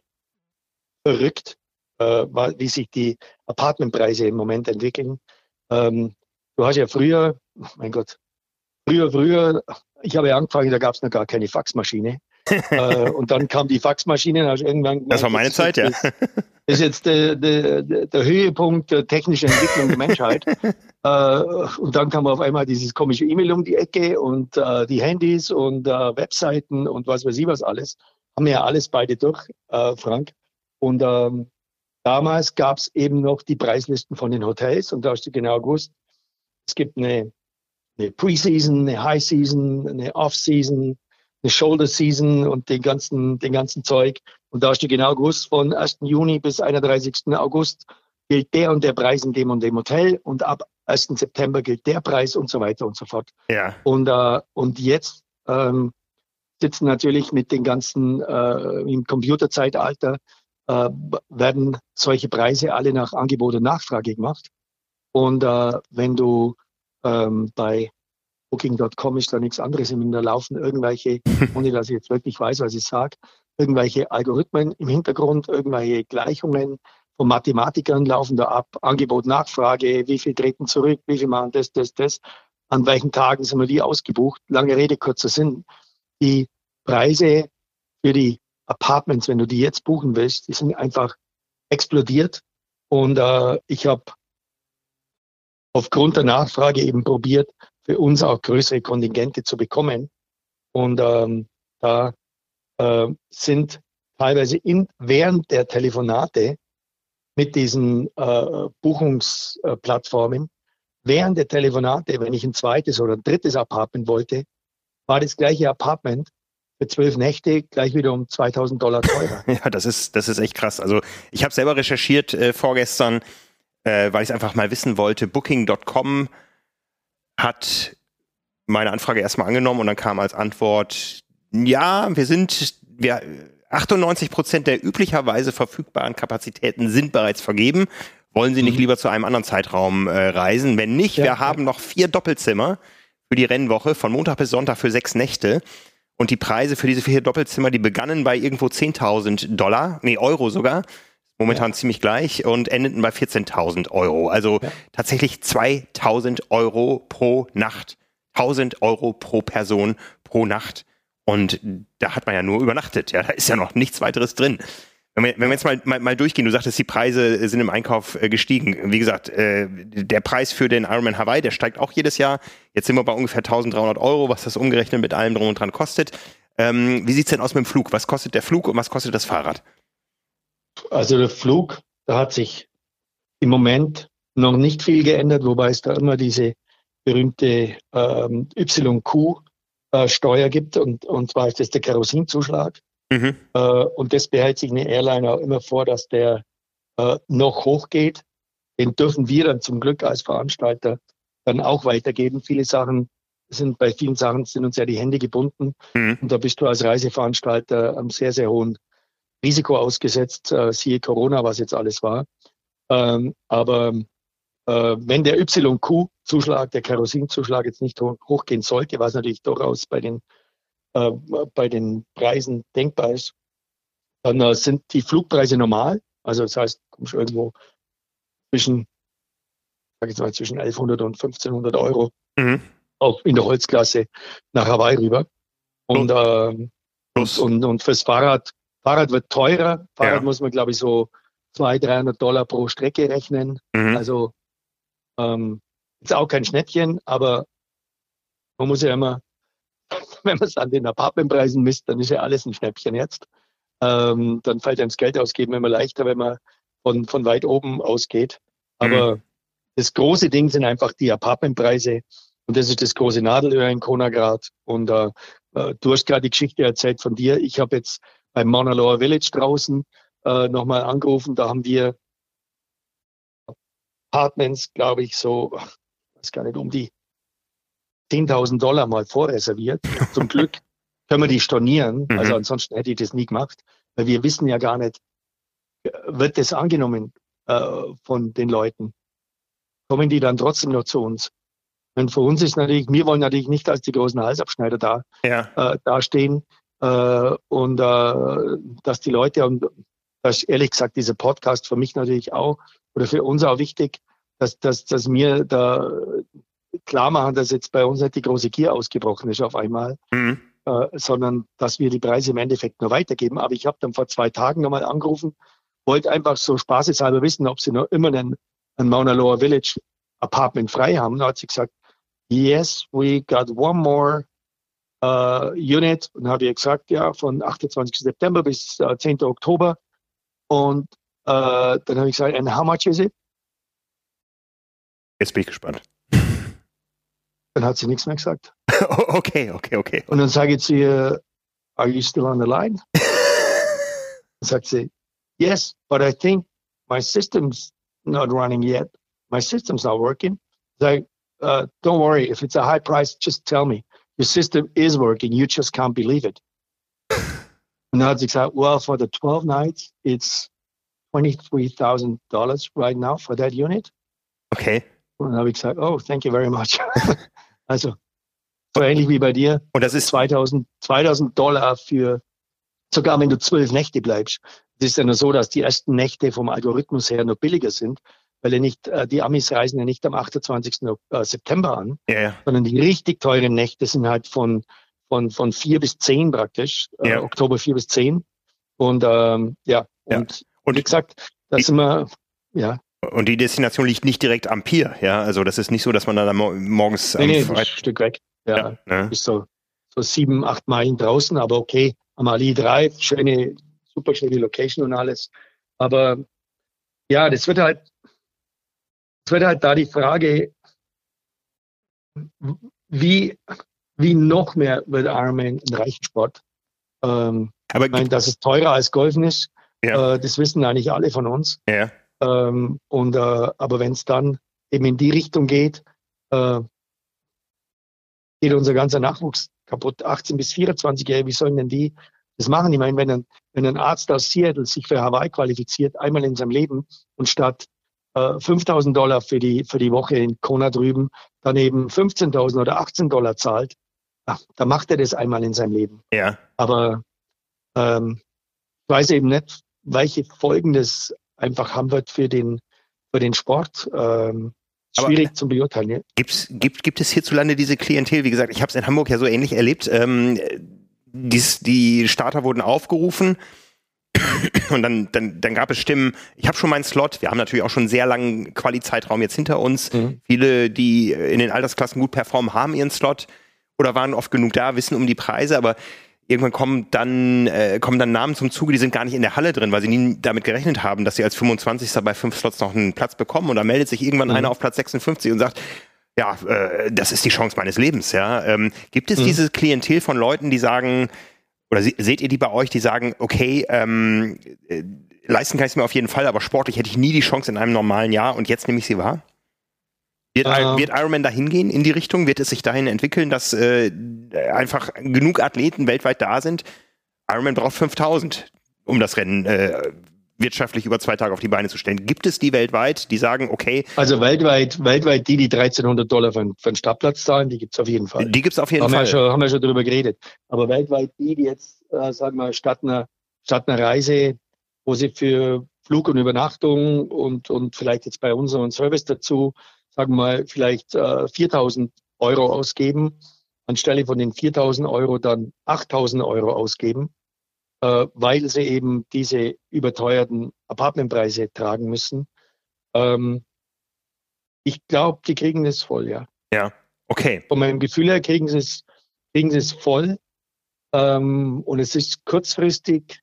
verrückt, äh, wie sich die Apartmentpreise im Moment entwickeln. Ähm, du hast ja früher, mein Gott, früher, früher, ich habe ja angefangen, da gab es noch gar keine Faxmaschine. äh, und dann kam die Faxmaschine. Also irgendwann gemeint, das war meine Zeit, ja. Das, das ist jetzt der, der, der Höhepunkt der technischen Entwicklung der Menschheit. äh, und dann kam auf einmal dieses komische E-Mail um die Ecke und äh, die Handys und äh, Webseiten und was weiß ich was alles. Haben wir ja alles beide durch, äh, Frank. Und ähm, damals gab es eben noch die Preislisten von den Hotels und da hast du genau gewusst, es gibt eine, eine Pre-Season, eine High-Season, eine Off-Season, eine Shoulder Season und den ganzen, den ganzen Zeug. Und da hast du genau gewusst, von ersten Juni bis einunddreißigsten August gilt der und der Preis in dem und dem Hotel und ab ersten September gilt der Preis und so weiter und so fort. Ja. Und, äh, und jetzt ähm, sitzen natürlich mit den ganzen, äh, im Computerzeitalter, äh, werden solche Preise alle nach Angebot und Nachfrage gemacht. Und äh, wenn du ähm, bei Booking Punkt com ist da nichts anderes. Da laufen irgendwelche, ohne dass ich jetzt wirklich weiß, was ich sage, irgendwelche Algorithmen im Hintergrund, irgendwelche Gleichungen von Mathematikern laufen da ab. Angebot, Nachfrage, wie viel treten zurück, wie viel machen das, das, das. An welchen Tagen sind wir wie ausgebucht? Lange Rede, kurzer Sinn. Die Preise für die Apartments, wenn du die jetzt buchen willst, die sind einfach explodiert. Und äh, ich habe aufgrund der Nachfrage eben probiert, für uns auch größere Kontingente zu bekommen. Und ähm, da äh, sind teilweise in, während der Telefonate mit diesen äh, Buchungsplattformen, während der Telefonate, wenn ich ein zweites oder ein drittes Apartment wollte, war das gleiche Apartment für zwölf Nächte gleich wieder um zweitausend Dollar teurer. Ja, das ist, das ist echt krass. Also ich habe selber recherchiert äh, vorgestern, äh, weil ich es einfach mal wissen wollte. Booking Punkt com hat meine Anfrage erstmal angenommen und dann kam als Antwort, ja, wir sind, wir, achtundneunzig Prozent der üblicherweise verfügbaren Kapazitäten sind bereits vergeben. Wollen Sie nicht lieber zu einem anderen Zeitraum äh, reisen? Wenn nicht, ja, wir ja. haben noch vier Doppelzimmer für die Rennwoche von Montag bis Sonntag für sechs Nächte. Und die Preise für diese vier Doppelzimmer, die begannen bei irgendwo zehntausend Dollar, nee, Euro sogar, momentan ja. ziemlich gleich, und endeten bei vierzehntausend Euro. Also ja. tatsächlich zweitausend Euro pro Nacht. tausend Euro pro Person pro Nacht. Und da hat man ja nur übernachtet. Ja, da ist ja noch nichts weiteres drin. Wenn wir, wenn wir jetzt mal, mal, mal durchgehen, du sagtest, die Preise sind im Einkauf äh, gestiegen. Wie gesagt, äh, der Preis für den Ironman Hawaii, der steigt auch jedes Jahr. Jetzt sind wir bei ungefähr eintausenddreihundert Euro, was das umgerechnet mit allem drum und dran kostet. Ähm, wie sieht's denn aus mit dem Flug? Was kostet der Flug und was kostet das Fahrrad? Also der Flug, da hat sich im Moment noch nicht viel geändert, wobei es da immer diese berühmte ähm, Y Q-Steuer gibt. Und, und zwar ist das der Kerosinzuschlag. Mhm. Äh, und das behält sich eine Airline auch immer vor, dass der äh, noch hochgeht. Den dürfen wir dann zum Glück als Veranstalter dann auch weitergeben. Viele Sachen sind, bei vielen Sachen sind uns ja die Hände gebunden. Mhm. Und da bist du als Reiseveranstalter einem sehr, sehr hohen Risiko ausgesetzt, äh, siehe Corona, was jetzt alles war. Ähm, aber äh, wenn der Y Q-Zuschlag, der Kerosinzuschlag jetzt nicht hoch, hochgehen sollte, was natürlich durchaus bei den äh, bei den Preisen denkbar ist, dann äh, sind die Flugpreise normal. Also das heißt, du kommst irgendwo zwischen, sag ich mal, zwischen elfhundert und fünfzehnhundert Euro mhm. auch in der Holzklasse nach Hawaii rüber. Und, äh, und, und, und fürs Fahrrad, Fahrrad wird teurer. Fahrrad ja. muss man, glaube ich, so zweihundert, dreihundert Dollar pro Strecke rechnen. Mhm. Also ähm, ist auch kein Schnäppchen, aber man muss ja immer, wenn man es an den Apartmentpreisen misst, dann ist ja alles ein Schnäppchen jetzt. Ähm, dann fällt einem das Geld ausgeben immer leichter, wenn man von, von weit oben ausgeht. Aber mhm. das große Ding sind einfach die Apartmentpreise. Und das ist das große Nadelöhr in Konagrad. Und äh, du hast gerade die Geschichte erzählt von dir. Ich habe jetzt beim Mauna Loa Village draußen äh, nochmal angerufen. Da haben wir Apartments, glaube ich, so, ich weiß gar nicht, um die zehntausend Dollar mal vorreserviert. Zum Glück können wir die stornieren. Mhm. Also ansonsten hätte ich das nie gemacht. Weil wir wissen ja gar nicht, wird das angenommen äh, von den Leuten? Kommen die dann trotzdem noch zu uns? Und für uns ist natürlich, wir wollen natürlich nicht als die großen Halsabschneider da ja. äh, dastehen. Äh, und äh, dass die Leute, und das ist ehrlich gesagt dieser Podcast für mich natürlich auch, oder für uns auch wichtig, dass, dass, dass wir da klar machen, dass jetzt bei uns nicht die große Gier ausgebrochen ist auf einmal, mhm. äh, sondern dass wir die Preise im Endeffekt nur weitergeben. Aber ich habe dann vor zwei Tagen nochmal angerufen, wollte einfach so spaßeshalber wissen, ob sie noch immer einen, einen Mauna Loa Village Apartment frei haben. Da hat sie gesagt, yes, we got one more uh, unit. Und dann habe ich gesagt, ja, von achtundzwanzigsten September bis uh, zehnten Oktober. Und uh, dann habe ich gesagt, and how much is it? Jetzt bin ich gespannt. Dann hat sie nichts mehr gesagt. Okay, okay, okay. Und dann sage ich zu ihr, are you still on the line? Dann sagt sie, yes, but I think my system's not running yet. My system's not working. Like, uh, don't worry, if it's a high price, just tell me. Your system is working, you just can't believe it. Und dann hat sie gesagt, well, for the twelve nights, it's twenty-three thousand dollars right now for that unit. Okay. Und dann habe ich gesagt, oh, thank you very much. Also, so ähnlich wie bei dir. Und das ist zweitausend, zweitausend Dollar für, sogar wenn du zwölf Nächte bleibst. Es ist ja nur so, dass die ersten Nächte vom Algorithmus her noch billiger sind, weil ja nicht, äh, die Amis reisen ja nicht am achtundzwanzigsten September an, ja, ja. sondern die richtig teuren Nächte sind halt von, von, von vier bis zehn praktisch, ja. äh, Oktober vier bis zehn. Und, ähm, ja, und, ja. und wie gesagt, da sind wir, ja. Und die Destination liegt nicht direkt am Pier, ja, also das ist nicht so, dass man da morgens nee, nee, ein Stück weg, ja, ja ne? Bis so, so sieben, acht Meilen draußen, aber okay, am Ali Drive, schöne, super schöne Location und alles, aber ja, das wird halt, das wird halt da die Frage, wie, wie noch mehr wird Ironman ein Reichensport. Ähm, aber ich meine, dass es teurer als Golfen ist, ja. äh, das wissen eigentlich alle von uns. Ja. Ähm, und, äh, aber wenn es dann eben in die Richtung geht, äh, geht unser ganzer Nachwuchs kaputt. achtzehn bis vierundzwanzig-Jährige, wie sollen denn die das machen? Ich meine, wenn ein, wenn ein Arzt aus Seattle sich für Hawaii qualifiziert, einmal in seinem Leben und statt äh, fünftausend Dollar für die, für die Woche in Kona drüben dann eben fünfzehntausend oder achtzehn Dollar zahlt, ach, dann macht er das einmal in seinem Leben. Ja. Aber ähm, ich weiß eben nicht, welche Folgen das einfach haben wird für den, für den Sport. Ähm, schwierig Aber, zu beurteilen. Ja. Gibt's, gibt, gibt es hierzulande diese Klientel? Wie gesagt, ich habe es in Hamburg ja so ähnlich erlebt. Ähm, dies, die Starter wurden aufgerufen und dann, dann, dann gab es Stimmen, ich habe schon meinen Slot. Wir haben natürlich auch schon einen sehr langen Quali-Zeitraum jetzt hinter uns. Mhm. Viele, die in den Altersklassen gut performen, haben ihren Slot oder waren oft genug da, wissen um die Preise, aber irgendwann kommen dann, äh, kommen dann Namen zum Zuge, die sind gar nicht in der Halle drin, weil sie nie damit gerechnet haben, dass sie als fünfundzwanzigster bei fünf Slots noch einen Platz bekommen. Und da meldet sich irgendwann mhm. einer auf Platz sechsundfünfzig und sagt, ja, äh, das ist die Chance meines Lebens. Ja. Ähm, gibt es mhm. dieses Klientel von Leuten, die sagen, oder se- seht ihr die bei euch, die sagen, okay, ähm, äh, leisten kann ich es mir auf jeden Fall, aber sportlich hätte ich nie die Chance in einem normalen Jahr und jetzt nehme ich sie wahr? Wird, ähm, wird Ironman dahin gehen in die Richtung? Wird es sich dahin entwickeln, dass äh, einfach genug Athleten weltweit da sind? Ironman braucht fünftausend, um das Rennen äh, wirtschaftlich über zwei Tage auf die Beine zu stellen. Gibt es die weltweit, die sagen, okay... Also weltweit, weltweit die, die dreizehnhundert Dollar für, für einen Startplatz zahlen, die gibt es auf jeden Fall. Die gibt es auf jeden haben Fall. Wir schon, haben wir schon drüber geredet. Aber weltweit die, die jetzt, äh, sagen wir, statt einer, statt einer Reise, wo sie für Flug und Übernachtung und, und vielleicht jetzt bei uns noch einen Service dazu, sagen wir mal, vielleicht äh, viertausend Euro ausgeben, anstelle von den viertausend Euro dann achttausend Euro ausgeben, äh, weil sie eben diese überteuerten Apartmentpreise tragen müssen. Ähm, ich glaube, die kriegen es voll, ja. Ja, okay. Von meinem Gefühl her kriegen sie es, kriegen sie es voll. Ähm, und es ist kurzfristig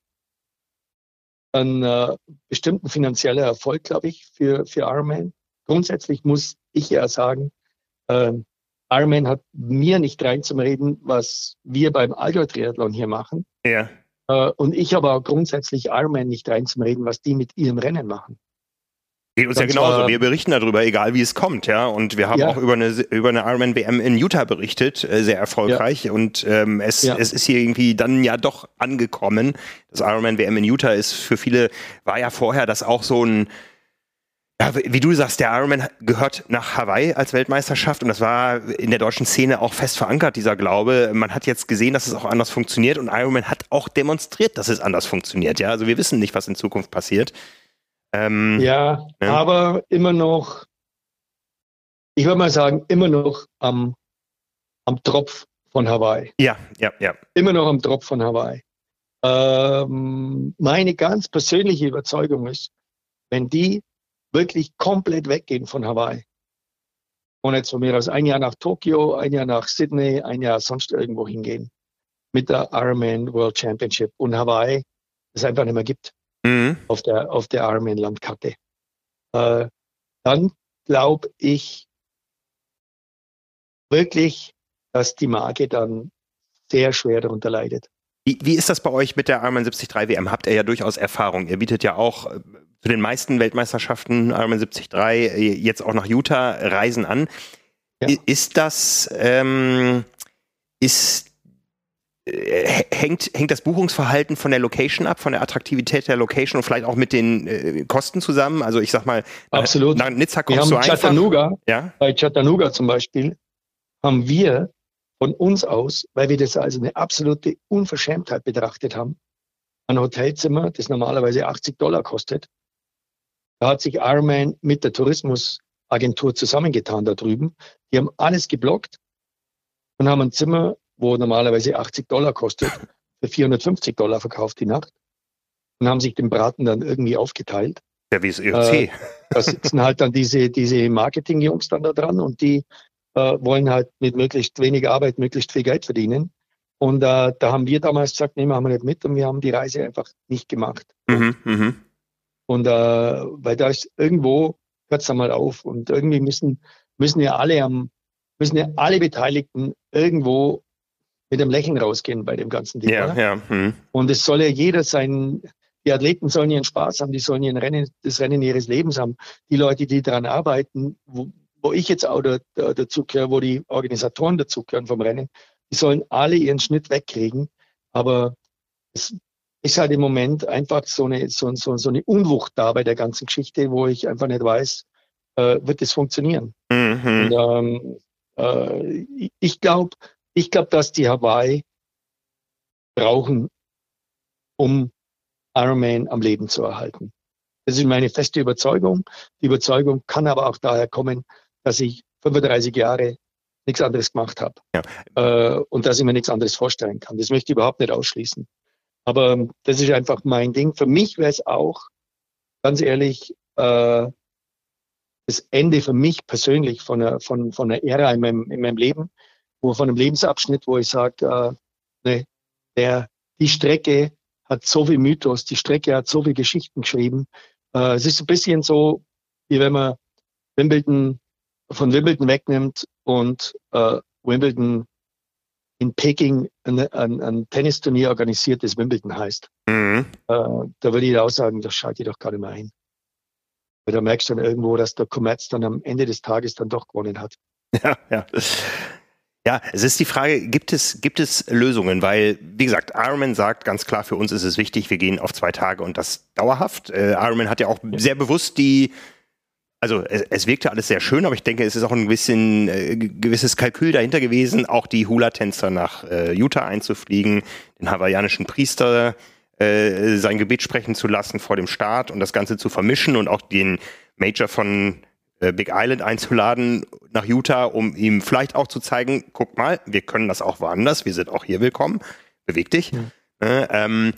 ein äh, bestimmten finanzieller Erfolg, glaube ich, für, für Ironman. Grundsätzlich muss ich ja sagen, äh, Ironman hat mir nicht reinzureden, was wir beim Allgäu-Triathlon hier machen. Ja. Äh, und ich aber auch grundsätzlich Ironman nicht reinzureden, was die mit ihrem Rennen machen. Geht uns ja genauso. Wir berichten darüber, egal wie es kommt, ja. Und wir haben ja. auch über eine über eine Ironman-W M in Utah berichtet, äh, sehr erfolgreich. Ja. Und ähm, es, ja. es ist hier irgendwie dann ja doch angekommen. Das Ironman-W M in Utah ist für viele, war ja vorher das auch so ein, ja, wie du sagst, der Ironman gehört nach Hawaii als Weltmeisterschaft und das war in der deutschen Szene auch fest verankert, dieser Glaube. Man hat jetzt gesehen, dass es auch anders funktioniert und Ironman hat auch demonstriert, dass es anders funktioniert. Ja, also wir wissen nicht, was in Zukunft passiert. Ähm, ja, ja, aber immer noch, ich würde mal sagen, immer noch am, am Tropf von Hawaii. Ja, ja, ja. Immer noch am Tropf von Hawaii. Ähm, meine ganz persönliche Überzeugung ist, wenn die wirklich komplett weggehen von Hawaii und jetzt von mir aus ein Jahr nach Tokio, ein Jahr nach Sydney, ein Jahr sonst irgendwo hingehen mit der Ironman World Championship und Hawaii es einfach nicht mehr gibt mhm. auf der auf der Ironman Landkarte, äh, dann glaube ich wirklich, dass die Marke dann sehr schwer darunter leidet. Wie, wie ist das bei euch mit der Ironman siebzig drei W M? Habt ihr ja durchaus Erfahrung. Ihr bietet ja auch äh, für den meisten Weltmeisterschaften Ironman siebzig drei äh, jetzt auch nach Utah Reisen an. Ja. Ist das ähm, ist äh, hängt hängt das Buchungsverhalten von der Location ab, von der Attraktivität der Location und vielleicht auch mit den äh, Kosten zusammen? Also ich sag mal, absolut. Nach Nizza kommst wir du haben einfach. Chattanooga, ja? Bei Chattanooga zum Beispiel haben wir von uns aus, weil wir das als eine absolute Unverschämtheit betrachtet haben, ein Hotelzimmer, das normalerweise achtzig Dollar kostet. Da hat sich Ironman mit der Tourismusagentur zusammengetan da drüben. Die haben alles geblockt und haben ein Zimmer, wo normalerweise achtzig Dollar kostet, für vierhundertfünfzig Dollar verkauft die Nacht und haben sich den Braten dann irgendwie aufgeteilt. Ja, wie es E O C. Äh, da sitzen halt dann diese, diese Marketing-Jungs dann da dran und die äh, wollen halt mit möglichst wenig Arbeit möglichst viel Geld verdienen. Und äh, da haben wir damals gesagt, nee, machen wir nicht mit und wir haben die Reise einfach nicht gemacht. Mhm, mh. Und äh, weil da ist irgendwo, hört es einmal auf und irgendwie müssen, müssen ja alle am, müssen ja alle Beteiligten irgendwo mit einem Lächeln rausgehen bei dem ganzen Ding. Ja, ja. Mhm. Und es soll ja jeder sein, die Athleten sollen ihren Spaß haben, die sollen ihren Rennen, das Rennen ihres Lebens haben. Die Leute, die daran arbeiten, wo, wo ich jetzt auch da, da, dazu gehöre, wo die Organisatoren dazugehören vom Rennen, die sollen alle ihren Schnitt wegkriegen. Aber es ist halt im Moment einfach so eine, so, so, so eine Unwucht da bei der ganzen Geschichte, wo ich einfach nicht weiß, äh, wird das funktionieren. Mhm. Und ähm, äh, ich glaube, ich glaube, dass die Hawaii brauchen, um Ironman am Leben zu erhalten. Das ist meine feste Überzeugung. Die Überzeugung kann aber auch daher kommen, dass ich fünfunddreißig Jahre nichts anderes gemacht habe. Ja. Äh, und dass ich mir nichts anderes vorstellen kann. Das möchte ich überhaupt nicht ausschließen. Aber ähm, das ist einfach mein Ding. Für mich wäre es auch, ganz ehrlich, äh, das Ende für mich persönlich von einer, von, von einer Ära in meinem, in meinem Leben, wo von einem Lebensabschnitt, wo ich sage, äh, ne, der, die Strecke hat so viel Mythos, die Strecke hat so viel Geschichten geschrieben. Äh, es ist ein bisschen so, wie wenn man Wimbledon von Wimbledon wegnimmt und äh, Wimbledon in Peking ein, ein, ein Tennisturnier organisiert, das Wimbledon heißt. Mhm. Äh, da würde ich auch sagen, das schalte ich doch gar nicht mehr ein. Weil da merkst du dann irgendwo, dass der Kommerz dann am Ende des Tages dann doch gewonnen hat. Ja, ja. Ja, es ist die Frage, gibt es, gibt es Lösungen? Weil, wie gesagt, Ironman sagt ganz klar, für uns ist es wichtig, wir gehen auf zwei Tage und das dauerhaft. Äh, Ironman hat ja auch sehr bewusst die, also es, es wirkte alles sehr schön, aber ich denke, es ist auch ein bisschen äh, gewisses Kalkül dahinter gewesen, auch die Hula-Tänzer nach äh, Utah einzufliegen, den hawaiianischen Priester äh, sein Gebet sprechen zu lassen vor dem Start und das Ganze zu vermischen und auch den Major von äh, Big Island einzuladen nach Utah, um ihm vielleicht auch zu zeigen, guck mal, wir können das auch woanders, wir sind auch hier willkommen, beweg dich. Mhm. Äh, ähm,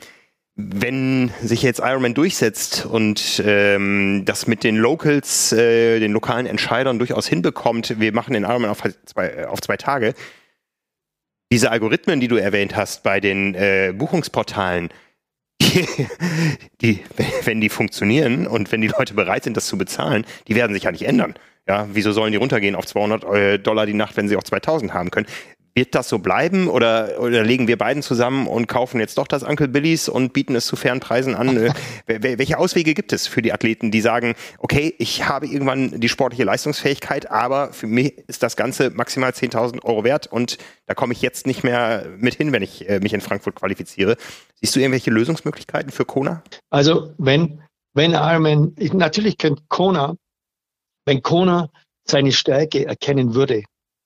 wenn sich jetzt Ironman durchsetzt und ähm, das mit den Locals, äh, den lokalen Entscheidern durchaus hinbekommt, wir machen den Ironman auf zwei, auf zwei Tage, diese Algorithmen, die du erwähnt hast bei den äh, Buchungsportalen, die, die, wenn die funktionieren und wenn die Leute bereit sind, das zu bezahlen, die werden sich ja nicht ändern. Ja, wieso sollen die runtergehen auf zweihundert Dollar die Nacht, wenn sie auch zweitausend haben können? Wird das so bleiben oder, oder legen wir beiden zusammen und kaufen jetzt doch das Uncle Billy's und bieten es zu fairen Preisen an? Welche Auswege gibt es für die Athleten, die sagen, okay, ich habe irgendwann die sportliche Leistungsfähigkeit, aber für mich ist das Ganze maximal zehntausend Euro wert und da komme ich jetzt nicht mehr mit hin, wenn ich äh, mich in Frankfurt qualifiziere. Siehst du irgendwelche Lösungsmöglichkeiten für Kona? Also wenn, wenn Ironman, ich, natürlich könnte Kona, wenn Kona seine Stärke erkennen würde,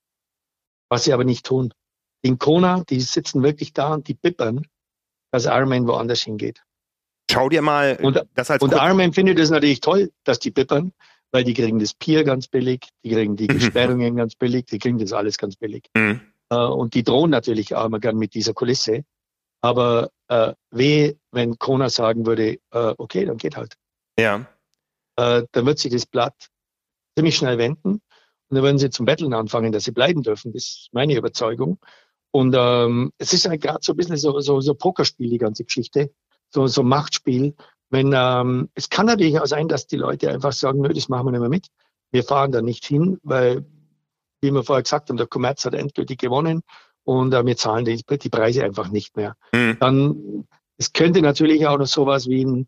was sie aber nicht tun. In Kona, die sitzen wirklich da und die bippern, dass Ironman woanders hingeht. Schau dir mal und, das als Und Ironman findet es natürlich toll, dass die bippern, weil die kriegen das Pier ganz billig, die kriegen die Sperrungen ganz billig, die kriegen das alles ganz billig. Mhm. Äh, und die drohen natürlich auch immer gern mit dieser Kulisse. Aber äh, weh, wenn Kona sagen würde, äh, okay, dann geht halt. Ja. Äh, dann wird sich das Blatt ziemlich schnell wenden. Und dann werden sie zum Betteln anfangen, dass sie bleiben dürfen. Das ist meine Überzeugung. Und ähm, es ist halt gerade so ein bisschen so, so, so Pokerspiel, die ganze Geschichte. So, so Machtspiel. Wenn, ähm, es kann natürlich auch sein, dass die Leute einfach sagen, nö, das machen wir nicht mehr mit. Wir fahren da nicht hin, weil, wie wir vorher gesagt haben, der Kommerz hat endgültig gewonnen und äh, wir zahlen die, die Preise einfach nicht mehr. Mhm. Dann, es könnte natürlich auch noch sowas wie ein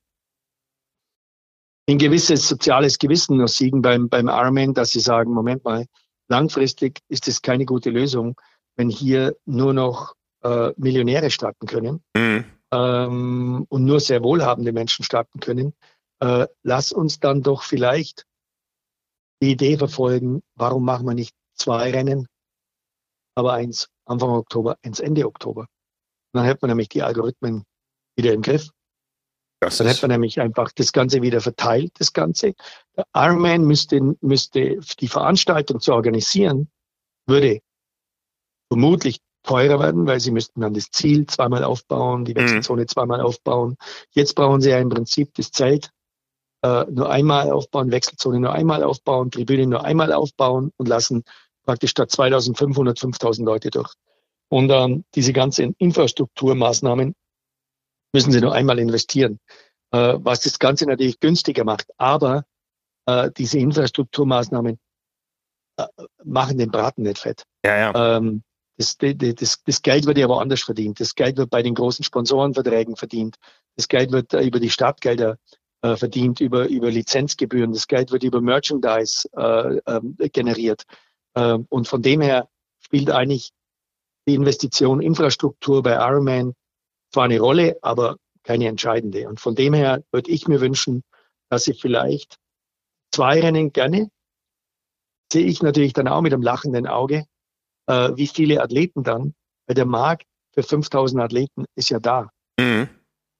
ein gewisses soziales Gewissen noch siegen beim, beim Ironman, dass sie sagen, Moment mal, langfristig ist es keine gute Lösung, wenn hier nur noch äh, Millionäre starten können Mhm. ähm, und nur sehr wohlhabende Menschen starten können. Äh, lass uns dann doch vielleicht die Idee verfolgen, warum machen wir nicht zwei Rennen, aber eins Anfang Oktober, eins Ende Oktober. Und dann hätte man nämlich die Algorithmen wieder im Griff. Das Dann hätte man nämlich einfach das Ganze wieder verteilt, das Ganze. Der Ironman müsste, müsste die Veranstaltung zu organisieren, würde vermutlich teurer werden, weil sie müssten dann das Ziel zweimal aufbauen, die Wechselzone mhm. zweimal aufbauen. Jetzt brauchen sie ja im Prinzip das Zelt äh, nur einmal aufbauen, Wechselzone nur einmal aufbauen, Tribüne nur einmal aufbauen und lassen praktisch statt zweitausendfünfhundert fünftausend Leute durch. Und ähm, diese ganzen Infrastrukturmaßnahmen müssen sie nur einmal investieren, äh, was das Ganze natürlich günstiger macht. Aber äh, diese Infrastrukturmaßnahmen äh, machen den Braten nicht fett. Ja, ja. Ähm, das, das, das Geld wird ja aber anders verdient. Das Geld wird bei den großen Sponsorenverträgen verdient. Das Geld wird äh, über die Startgelder äh, äh, verdient über, über Lizenzgebühren. Das Geld wird über Merchandise äh, äh, generiert. Äh, und von dem her spielt eigentlich die Investition Infrastruktur bei Ironman zwar eine Rolle, aber keine entscheidende. Und von dem her würde ich mir wünschen, dass sie vielleicht zwei Rennen gerne, sehe ich natürlich dann auch mit einem lachenden Auge, äh, wie viele Athleten dann, weil der Markt für fünftausend Athleten ist ja da. Mhm.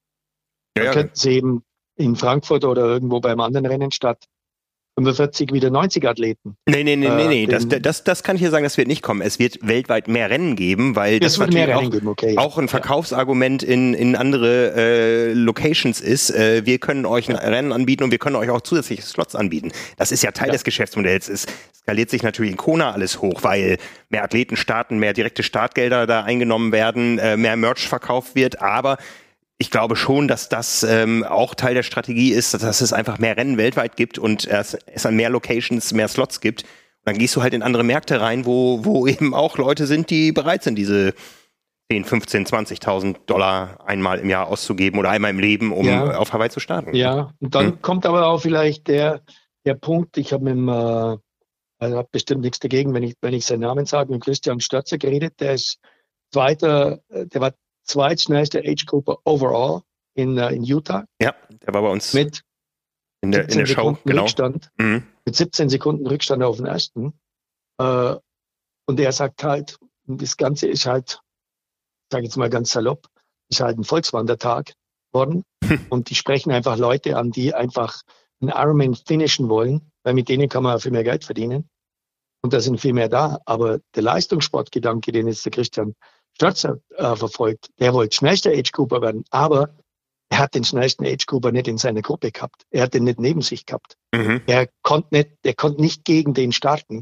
Ja, Dann ja. könnten sie eben in Frankfurt oder irgendwo beim anderen Rennen statt fünfundvierzig wieder neunzig Athleten. Nee, nee, nee, nee, Äh, nee. Das, den- das, das kann ich dir sagen, das wird nicht kommen. Es wird weltweit mehr Rennen geben, weil das Es wird mehr natürlich Rennen auch, geben, okay. ja. auch ein Verkaufsargument in, in andere äh, Locations ist. Äh, wir können euch ein Rennen anbieten und wir können euch auch zusätzliche Slots anbieten. Das ist ja Teil Ja. des Geschäftsmodells. Es skaliert sich natürlich in Kona alles hoch, weil mehr Athleten starten, mehr direkte Startgelder da eingenommen werden, äh, mehr Merch verkauft wird, aber ich glaube schon, dass das ähm, auch Teil der Strategie ist, dass es einfach mehr Rennen weltweit gibt und es, es an mehr Locations, mehr Slots gibt. Und dann gehst du halt in andere Märkte rein, wo, wo eben auch Leute sind, die bereit sind, diese zehn, fünfzehn, zwanzigtausend Dollar einmal im Jahr auszugeben oder einmal im Leben, um Ja. auf Hawaii zu starten. Ja, und dann Hm. kommt aber auch vielleicht der, der Punkt, ich habe mit dem, äh, also hab bestimmt nichts dagegen, wenn ich, wenn ich seinen Namen sage, mit Christian Störzer geredet, der ist zweiter, äh, der war zweitschnellster Age-Grupper overall in, äh, in Utah Ja, der war bei uns mit in der, in siebzehn der Show. Sekunden Genau. Rückstand, Mhm. mit siebzehn Sekunden Rückstand auf den ersten. Äh, und er sagt halt, das Ganze ist halt, ich sage jetzt mal ganz salopp, ist halt ein Volkswandertag worden. Und die sprechen einfach Leute an, die einfach einen Ironman finishen wollen, weil mit denen kann man viel mehr Geld verdienen. Und da sind viel mehr da. Aber der Leistungssportgedanke, den jetzt der Christian Störzer äh, verfolgt, der wollte schnellster Age-Grouper werden, aber er hat den schnellsten Age-Grouper nicht in seiner Gruppe gehabt. Er hat den nicht neben sich gehabt. Mhm. Er konnte nicht, der konnte nicht gegen den starten.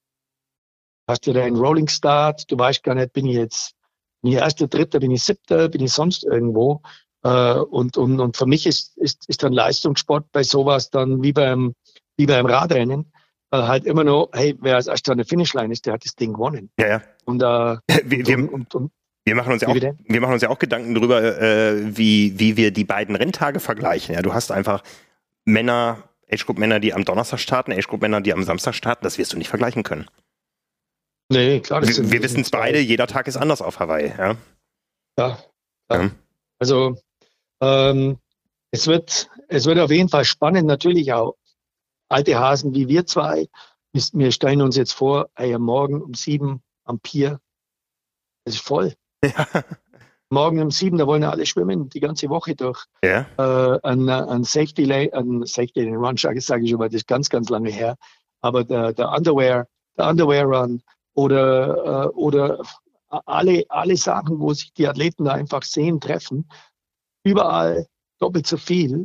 Hast du da einen Rolling Start, du weißt gar nicht, bin ich jetzt, bin ich Erster, Dritter, bin ich Siebter, bin ich sonst irgendwo. Äh, und, und, und für mich ist, ist, ist dann Leistungssport bei sowas dann wie beim, wie beim Radrennen, äh, halt immer noch, hey, wer als erster an der Finishline ist, der hat das Ding gewonnen. Ja, ja. Und, äh, Wir, wir, und, und, und Wir machen uns ja Wie auch, bitte? wir machen uns ja auch Gedanken darüber, äh, wie, wie wir die beiden Renntage vergleichen. Ja, du hast einfach Männer, Age-Group-Männer, die am Donnerstag starten, Age-Group-Männer, die am Samstag starten. Das wirst du nicht vergleichen können. nee, klar, das Wir, sind, wir das wissen sind es zwei- beide, jeder Tag ist anders auf Hawaii. Ja? Ja, ja. Ja. Also ähm, es wird, es wird auf jeden Fall spannend, natürlich auch alte Hasen wie wir zwei. Wir- Wir stellen uns jetzt vor, ey, am Morgen um sieben am Pier, das ist voll. Ja. Morgen um sieben, da wollen ja alle schwimmen, die ganze Woche durch. Ja. Äh, ein, ein Safety Lane, ein Safety Lane Run, sage ich schon mal, das ist ganz, ganz lange her. Aber der, der Underwear, der Underwear Run oder, äh, oder alle, alle Sachen, wo sich die Athleten da einfach sehen, treffen, überall doppelt so viel.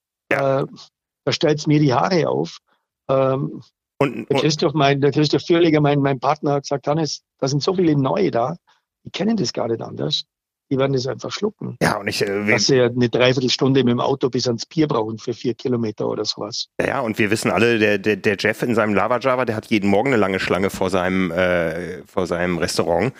Ja. Äh, da stellt es mir die Haare auf. Ähm, Und, der und Christoph, mein, der Christoph Fürliger, mein, mein Partner, hat gesagt, Hannes, da sind so viele Neue da, die kennen das gar nicht anders. Die werden das einfach schlucken. ja, und ich, äh, wir, Dass sie eine Dreiviertelstunde mit dem Auto bis ans Pier brauchen für vier Kilometer oder sowas. ja, und wir wissen alle, der, der, der Jeff in seinem Lava Java, der hat jeden Morgen eine lange Schlange vor seinem, äh, vor seinem Restaurant.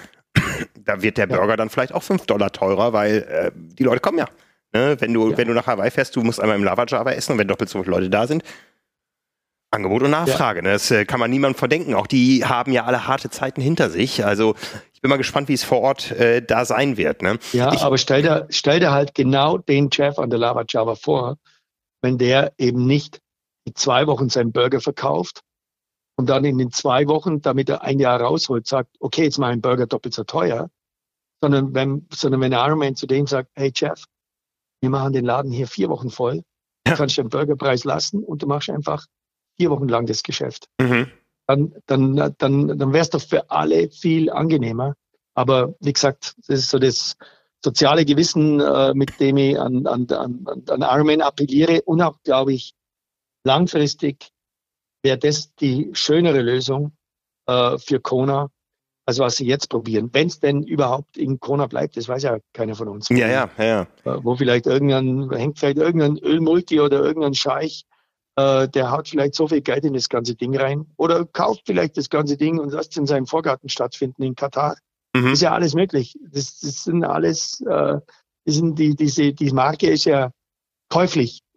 Da wird der Ja. Burger dann vielleicht auch fünf Dollar teurer, weil äh, die Leute kommen ja. Ne? Wenn du, Ja. wenn du nach Hawaii fährst, du musst einmal im Lava Java essen und wenn doppelt so viele Leute da sind, Angebot und Nachfrage. Ne? Das äh, kann man niemandem verdenken. Auch die haben ja alle harte Zeiten hinter sich. Also ich bin mal gespannt, wie es vor Ort äh, da sein wird. Ne? Ja, Ich- aber stell dir, stell dir halt genau den Chef an der Lava Java vor, wenn der eben nicht die zwei Wochen seinen Burger verkauft und dann in den zwei Wochen, damit er ein Jahr rausholt, sagt, okay, jetzt mache ich einen Burger doppelt so teuer, sondern wenn, sondern wenn der Ironman zu dem sagt, hey Jeff, wir machen den Laden hier vier Wochen voll, du Ja. kannst den Burgerpreis lassen und du machst einfach vier Wochen lang das Geschäft. Mhm. Dann, dann, dann, dann wäre es doch für alle viel angenehmer. Aber wie gesagt, das ist so das soziale Gewissen, äh, mit dem ich an, an, an, an Ironman appelliere. Und auch, glaube ich, langfristig wäre das die schönere Lösung äh, für Kona, als was sie jetzt probieren. Wenn es denn überhaupt in Kona bleibt, das weiß ja keiner von uns. Ja, ja, ja, ja. Äh, wo vielleicht irgendein, hängt vielleicht irgendein Ölmulti oder irgendein Scheich, äh, der haut vielleicht so viel Geld in das ganze Ding rein oder kauft vielleicht das ganze Ding und lässt es in seinem Vorgarten stattfinden in Katar. Mhm. Ist ja alles möglich. Das, das sind alles, äh, das sind die, diese, die Marke ist ja käuflich,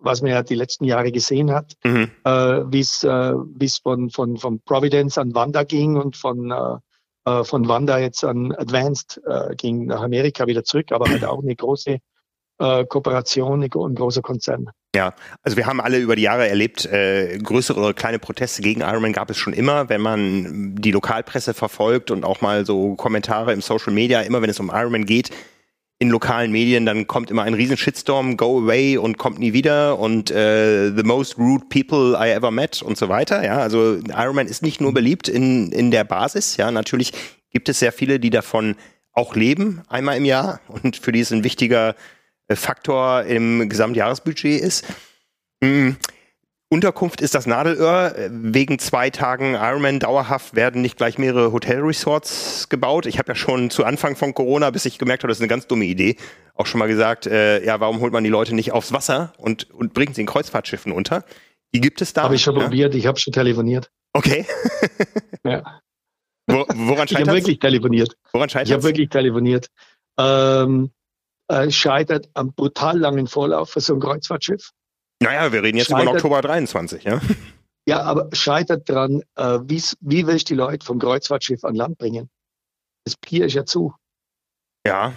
was man ja die letzten Jahre gesehen hat, Mhm. äh, wie es äh, wie es von, von, von Providence an Wanda ging und von, äh, von Wanda jetzt an Advanced äh, ging nach Amerika wieder zurück, aber halt auch eine große äh, Kooperation, ein großer Konzern. Ja, also wir haben alle über die Jahre erlebt, äh, größere oder kleine Proteste gegen Ironman gab es schon immer, wenn man die Lokalpresse verfolgt und auch mal so Kommentare im Social Media, immer wenn es um Ironman geht, in lokalen Medien, dann kommt immer ein riesen Shitstorm, go away und kommt nie wieder und äh, the most rude people I ever met und so weiter. Ja, also Ironman ist nicht nur beliebt in, in der Basis, ja, natürlich gibt es sehr viele, die davon auch leben, einmal im Jahr und für die es ein wichtiger Faktor im Gesamtjahresbudget ist. Mhm. Unterkunft ist das Nadelöhr. Wegen zwei Tagen Ironman dauerhaft werden nicht gleich mehrere Hotelresorts gebaut. Ich habe ja schon zu Anfang von Corona, bis ich gemerkt habe, das ist eine ganz dumme Idee, auch schon mal gesagt, äh, ja, warum holt man die Leute nicht aufs Wasser und, und bringt sie in Kreuzfahrtschiffen unter? Die gibt es da. Habe ich schon ja? probiert, ich habe schon telefoniert. Okay. Ja. Wo, woran scheitert Ich habe wirklich telefoniert. Woran scheitert Ich habe wirklich telefoniert. Ähm, äh, scheitert am brutal langen Vorlauf für so ein Kreuzfahrtschiff. Naja, wir reden jetzt scheitert, über den Oktober dreiundzwanzig, ja? Ja, aber scheitert dran, äh, wie willst du die Leute vom Kreuzfahrtschiff an Land bringen? Das Pier ist ja zu. Ja.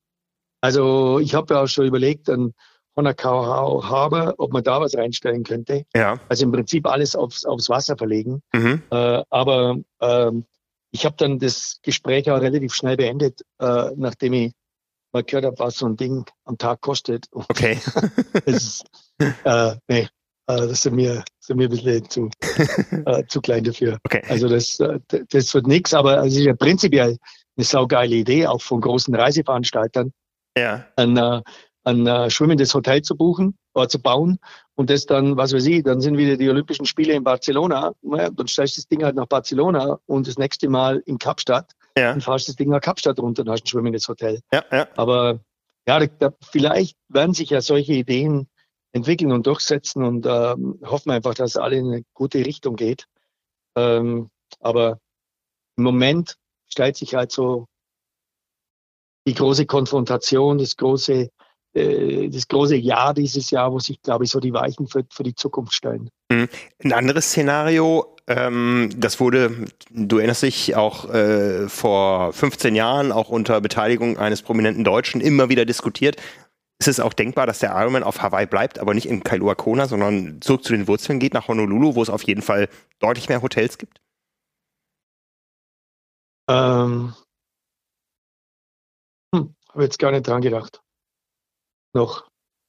Also ich habe ja auch schon überlegt, an Honacau Harbor, ob man da was reinstellen könnte. Ja. Also im Prinzip alles aufs, aufs Wasser verlegen. Mhm. Äh, aber ähm, ich habe dann das Gespräch auch relativ schnell beendet, äh, nachdem ich mal gehört habe, was so ein Ding am Tag kostet. Und okay. das ist, äh, nee, äh, das sind mir, sind mir ein bisschen zu, äh, zu klein dafür. Okay. Also das, äh, das wird nichts, aber es ist ja prinzipiell eine saugeile Idee, auch von großen Reiseveranstaltern, Ja. ein, äh, ein äh, schwimmendes Hotel zu buchen oder zu bauen und das dann, was weiß ich, dann sind wieder die Olympischen Spiele in Barcelona, ja, dann stellst du das Ding halt nach Barcelona und das nächste Mal in Kapstadt. Ja. Dann fahrst du das Ding nach Kapstadt runter und hast ein schwimmendes Hotel. Ja, ja. Aber ja, da, da, vielleicht werden sich ja solche Ideen entwickeln und durchsetzen und ähm, hoffen einfach, dass alle in eine gute Richtung geht. Ähm, aber im Moment stellt sich halt so die große Konfrontation, das große, äh, das große Jahr dieses Jahr, wo sich, glaube ich, so die Weichen für, für die Zukunft stellen. Ein anderes Szenario, ähm, das wurde, du erinnerst dich, auch äh, vor fünfzehn Jahren, auch unter Beteiligung eines prominenten Deutschen, immer wieder diskutiert. Ist es auch denkbar, dass der Ironman auf Hawaii bleibt, aber nicht in Kailua Kona, sondern zurück zu den Wurzeln geht, nach Honolulu, wo es auf jeden Fall deutlich mehr Hotels gibt? Ähm, hm, habe jetzt gar nicht dran gedacht. Noch.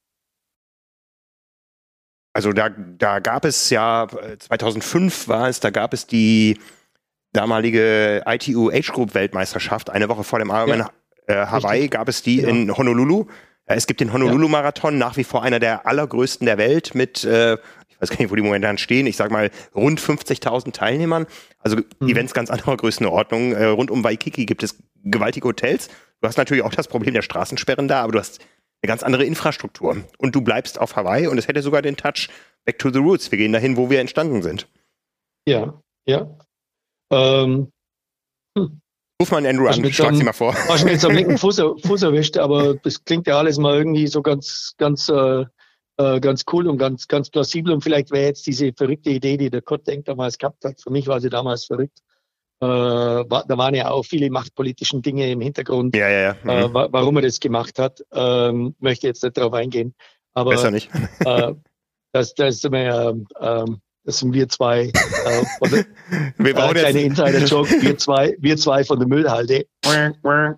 Also da, da gab es ja, zweitausendfünf war es, da gab es die damalige I T U Age Group Weltmeisterschaft, eine Woche vor dem Ironman ja. äh, Hawaii Richtig. Gab es die ja. in Honolulu. Es gibt den Honolulu-Marathon, nach wie vor einer der allergrößten der Welt mit, äh, ich weiß gar nicht, wo die momentan stehen, ich sag mal rund fünfzigtausend Teilnehmern. Also mhm. Events ganz anderer Größenordnung. Äh, rund um Waikiki gibt es gewaltige Hotels. Du hast natürlich auch das Problem der Straßensperren da, aber du hast eine ganz andere Infrastruktur. Und du bleibst auf Hawaii und es hätte sogar den Touch Back to the Roots. Wir gehen dahin, wo wir entstanden sind. Ja, ja. Ähm, hm. Ruf mal einen Andrew an, schlag sie mal vor. Hast mir jetzt am linken Fuß, Fuß erwischt, aber das klingt ja alles mal irgendwie so ganz, ganz, äh, ganz cool und ganz, ganz plausibel. Und vielleicht wäre jetzt diese verrückte Idee, die der Kurt Denk damals gehabt hat, für mich war sie damals verrückt. Äh, war, da waren ja auch viele machtpolitischen Dinge im Hintergrund, ja, ja, ja. Mhm. äh, wa- warum er das gemacht hat. Ähm, möchte jetzt nicht darauf eingehen. Aber, Besser nicht. äh, das, das, sind wir, ähm, das sind wir zwei. Äh, oder, wir bauen äh, jetzt kleine Insider-Joke. Wir zwei, wir zwei von der Müllhalde. äh,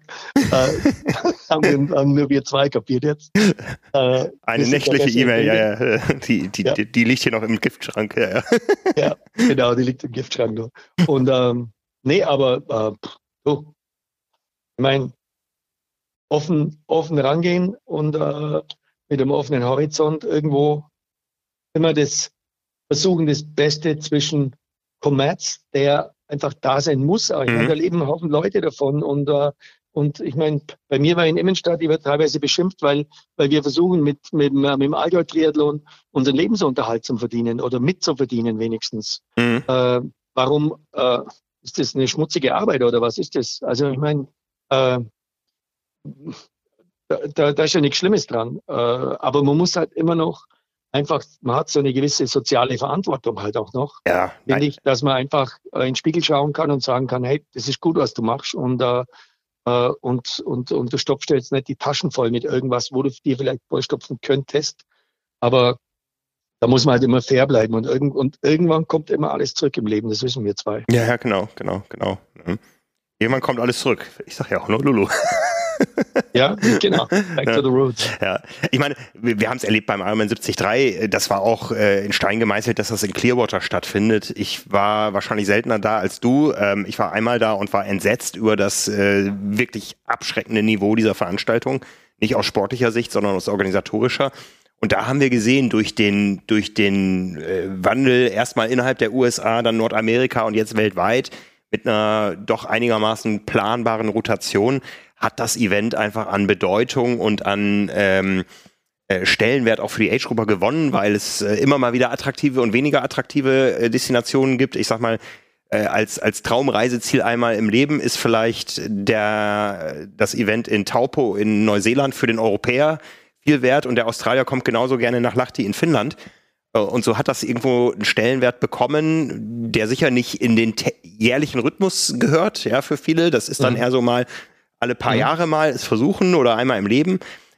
haben, haben nur wir zwei kapiert jetzt. Äh, Eine nächtliche E-Mail, ja, ja. Die, die, ja. Die, die liegt hier noch im Giftschrank. Ja, ja. Ja, genau, die liegt im Giftschrank noch. Und ähm, nee, aber äh, so, ich meine, offen, offen rangehen und äh, mit einem offenen Horizont irgendwo immer das versuchen, das Beste zwischen Kommerz, der einfach da sein muss. Ich meine, da leben Haufen Leute davon und äh, und ich meine, bei mir war in Immenstadt, ich werde teilweise beschimpft, weil weil wir versuchen mit mit, mit dem Allgäu-Triathlon unseren Lebensunterhalt zu verdienen oder mitzuverdienen wenigstens. Mhm. Äh, warum äh, ist das eine schmutzige Arbeit oder was ist das? Also ich meine, äh, da, da, da ist ja nichts Schlimmes dran, äh, aber man muss halt immer noch einfach, man hat so eine gewisse soziale Verantwortung halt auch noch. Ja, finde ich, dass man einfach äh, in den Spiegel schauen kann und sagen kann, hey, das ist gut, was du machst und äh, äh, und, und, und du stopfst dir jetzt nicht die Taschen voll mit irgendwas, wo du dir vielleicht vollstopfen könntest. Aber da muss man halt immer fair bleiben und, irgend, und irgendwann kommt immer alles zurück im Leben, das wissen wir zwei. Ja, ja, genau, genau, genau. Mhm. Irgendwann kommt alles zurück. Ich sag ja auch noch Lulu. Ja, genau. Back ja. to the roots. Ja, ich meine, wir, wir haben es erlebt beim Ironman siebzig Komma drei. Das war auch äh, in Stein gemeißelt, dass das in Clearwater stattfindet. Ich war wahrscheinlich seltener da als du. Ähm, ich war einmal da und war entsetzt über das äh, wirklich abschreckende Niveau dieser Veranstaltung. Nicht aus sportlicher Sicht, sondern aus organisatorischer. Und da haben wir gesehen, durch den, durch den äh, Wandel erstmal innerhalb der U S A, dann Nordamerika und jetzt weltweit, mit einer doch einigermaßen planbaren Rotation, hat das Event einfach an Bedeutung und an ähm, äh, Stellenwert auch für die Age-Grupper gewonnen, weil es äh, immer mal wieder attraktive und weniger attraktive äh, Destinationen gibt. Ich sag mal, äh, als, als Traumreiseziel einmal im Leben ist vielleicht der, das Event in Taupo in Neuseeland für den Europäer viel wert und der Australier kommt genauso gerne nach Lahti in Finnland. Und so hat das irgendwo einen Stellenwert bekommen, der sicher nicht in den te- jährlichen Rhythmus gehört, ja, für viele. Das ist dann mhm. eher so mal alle paar mhm. Jahre mal es versuchen oder einmal im Leben.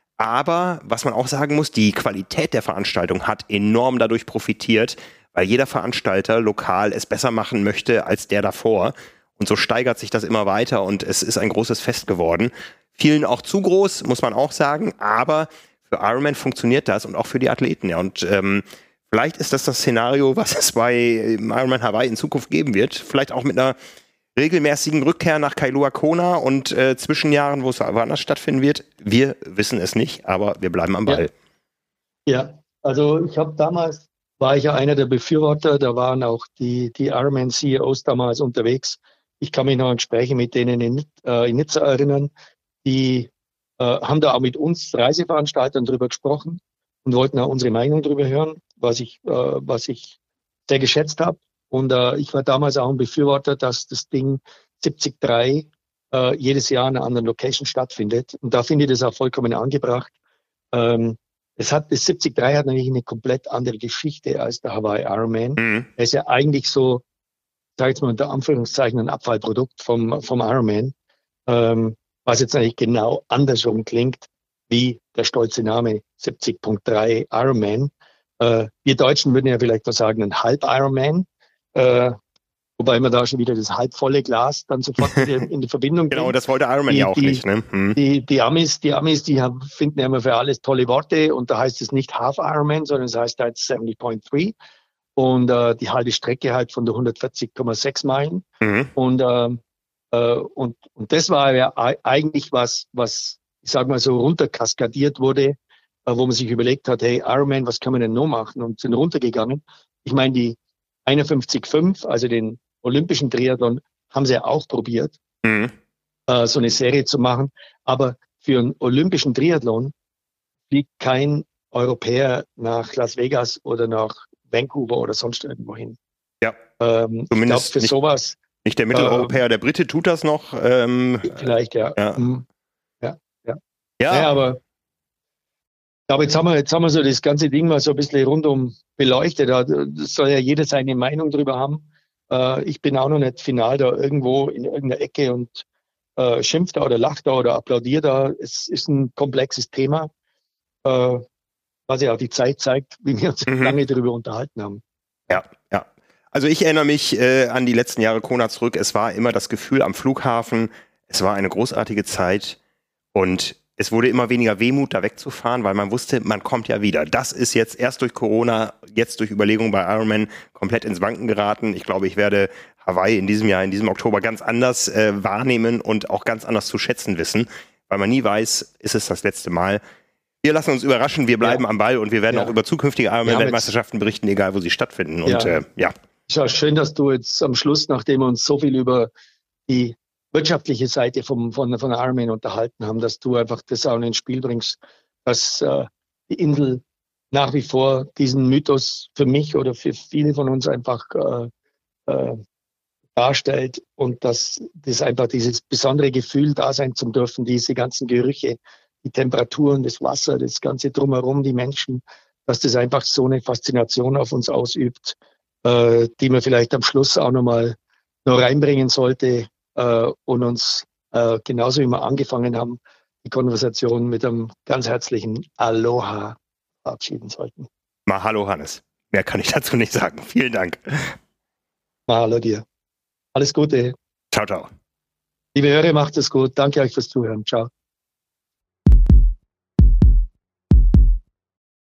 Aber was man auch sagen muss, die Qualität der Veranstaltung hat enorm dadurch profitiert, weil jeder Veranstalter lokal es besser machen möchte als der davor. Und so steigert sich das immer weiter und es ist ein großes Fest geworden. Vielen auch zu groß, muss man auch sagen, aber für Ironman funktioniert das und auch für die Athleten. Ja. Und ähm, vielleicht ist das das Szenario, was es bei Ironman Hawaii in Zukunft geben wird. Vielleicht auch mit einer regelmäßigen Rückkehr nach Kailua Kona und äh, Zwischenjahren, wo es woanders stattfinden wird. Wir wissen es nicht, aber wir bleiben am Ball. Ja, ja. Also ich habe damals, war ich ja einer der Befürworter, da waren auch die, die Ironman-C E Os damals unterwegs. Ich kann mich noch an Gespräche mit denen in, äh, in Nizza erinnern. Die äh, haben da auch mit uns Reiseveranstaltern drüber gesprochen und wollten auch unsere Meinung drüber hören, was ich, äh, was ich sehr geschätzt habe. Und äh, ich war damals auch ein Befürworter, dass das Ding siebzig Komma drei äh, jedes Jahr in einer anderen Location stattfindet. Und da finde ich das auch vollkommen angebracht. Ähm, es hat, das siebzig Komma drei hat natürlich eine komplett andere Geschichte als der Hawaii Ironman. Mhm. Er ist ja eigentlich so, sag ich jetzt mal unter Anführungszeichen, ein Abfallprodukt vom, vom Ironman. Ähm, was jetzt eigentlich genau andersrum klingt, wie der stolze Name siebzig Komma drei Ironman. Äh, wir Deutschen würden ja vielleicht noch sagen, ein Halb-Ironman. Äh, wobei man da schon wieder das halbvolle Glas dann sofort in, in die Verbindung bringt. Genau, das wollte Ironman die, ja auch die, nicht. Ne? Hm. Die, die Amis, die Amis, die haben, finden ja immer für alles tolle Worte und da heißt es nicht Half Ironman, sondern es heißt halt siebzig Komma drei und äh, die halbe Strecke halt von der hundertvierzig Komma sechs Meilen. Mhm. Und, äh, äh, und und das war ja eigentlich was, was ich sag mal so runterkaskadiert wurde, äh, wo man sich überlegt hat, hey Ironman, was kann man denn noch machen? Und sind runtergegangen. Ich meine, die einundfünfzig Komma fünf, also den olympischen Triathlon, haben sie ja auch probiert, mhm. äh, so eine Serie zu machen. Aber für einen olympischen Triathlon fliegt kein Europäer nach Las Vegas oder nach Vancouver oder sonst irgendwo hin. Ja, ähm, zumindest ich glaub, für nicht, sowas. Nicht der Mitteleuropäer, äh, der Brite tut das noch. Ähm, vielleicht, ja. Ja, mhm. ja, ja. ja. Naja, aber Aber jetzt haben wir, jetzt haben wir so das ganze Ding mal so ein bisschen rundum beleuchtet. Da soll ja jeder seine Meinung drüber haben. Äh, ich bin auch noch nicht final da irgendwo in irgendeiner Ecke und äh, schimpft da oder lacht da oder applaudiert da. Es ist ein komplexes Thema, äh, was ja auch die Zeit zeigt, wie wir uns mhm. lange darüber unterhalten haben. Ja, ja. Also ich erinnere mich äh, an die letzten Jahre Kona zurück. Es war immer das Gefühl am Flughafen, es war eine großartige Zeit und es wurde immer weniger Wehmut, da wegzufahren, weil man wusste, man kommt ja wieder. Das ist jetzt erst durch Corona, jetzt durch Überlegungen bei Ironman komplett ins Wanken geraten. Ich glaube, ich werde Hawaii in diesem Jahr, in diesem Oktober ganz anders äh, wahrnehmen und auch ganz anders zu schätzen wissen, weil man nie weiß, ist es das letzte Mal. Wir lassen uns überraschen, wir bleiben ja. am Ball und wir werden ja. auch über zukünftige Ironman-Weltmeisterschaften berichten, egal wo sie stattfinden. Und ja. Äh, ja. Ja, schön, dass du jetzt am Schluss, nachdem wir uns so viel über die wirtschaftliche Seite vom, von, von Ironman unterhalten haben, dass du einfach das auch ins Spiel bringst, dass äh, die Insel nach wie vor diesen Mythos für mich oder für viele von uns einfach äh, äh, darstellt und dass das einfach dieses besondere Gefühl da sein zu dürfen, diese ganzen Gerüche, die Temperaturen, das Wasser, das ganze Drumherum, die Menschen, dass das einfach so eine Faszination auf uns ausübt, äh, die man vielleicht am Schluss auch nochmal noch reinbringen sollte äh, und uns äh, genauso wie wir angefangen haben, die Konversation mit einem ganz herzlichen Aloha verabschieden sollten. Mahalo, Hannes. Mehr kann ich dazu nicht sagen. Vielen Dank. Mahalo dir. Alles Gute. Ciao, ciao. Liebe Hörer, macht es gut. Danke euch fürs Zuhören. Ciao.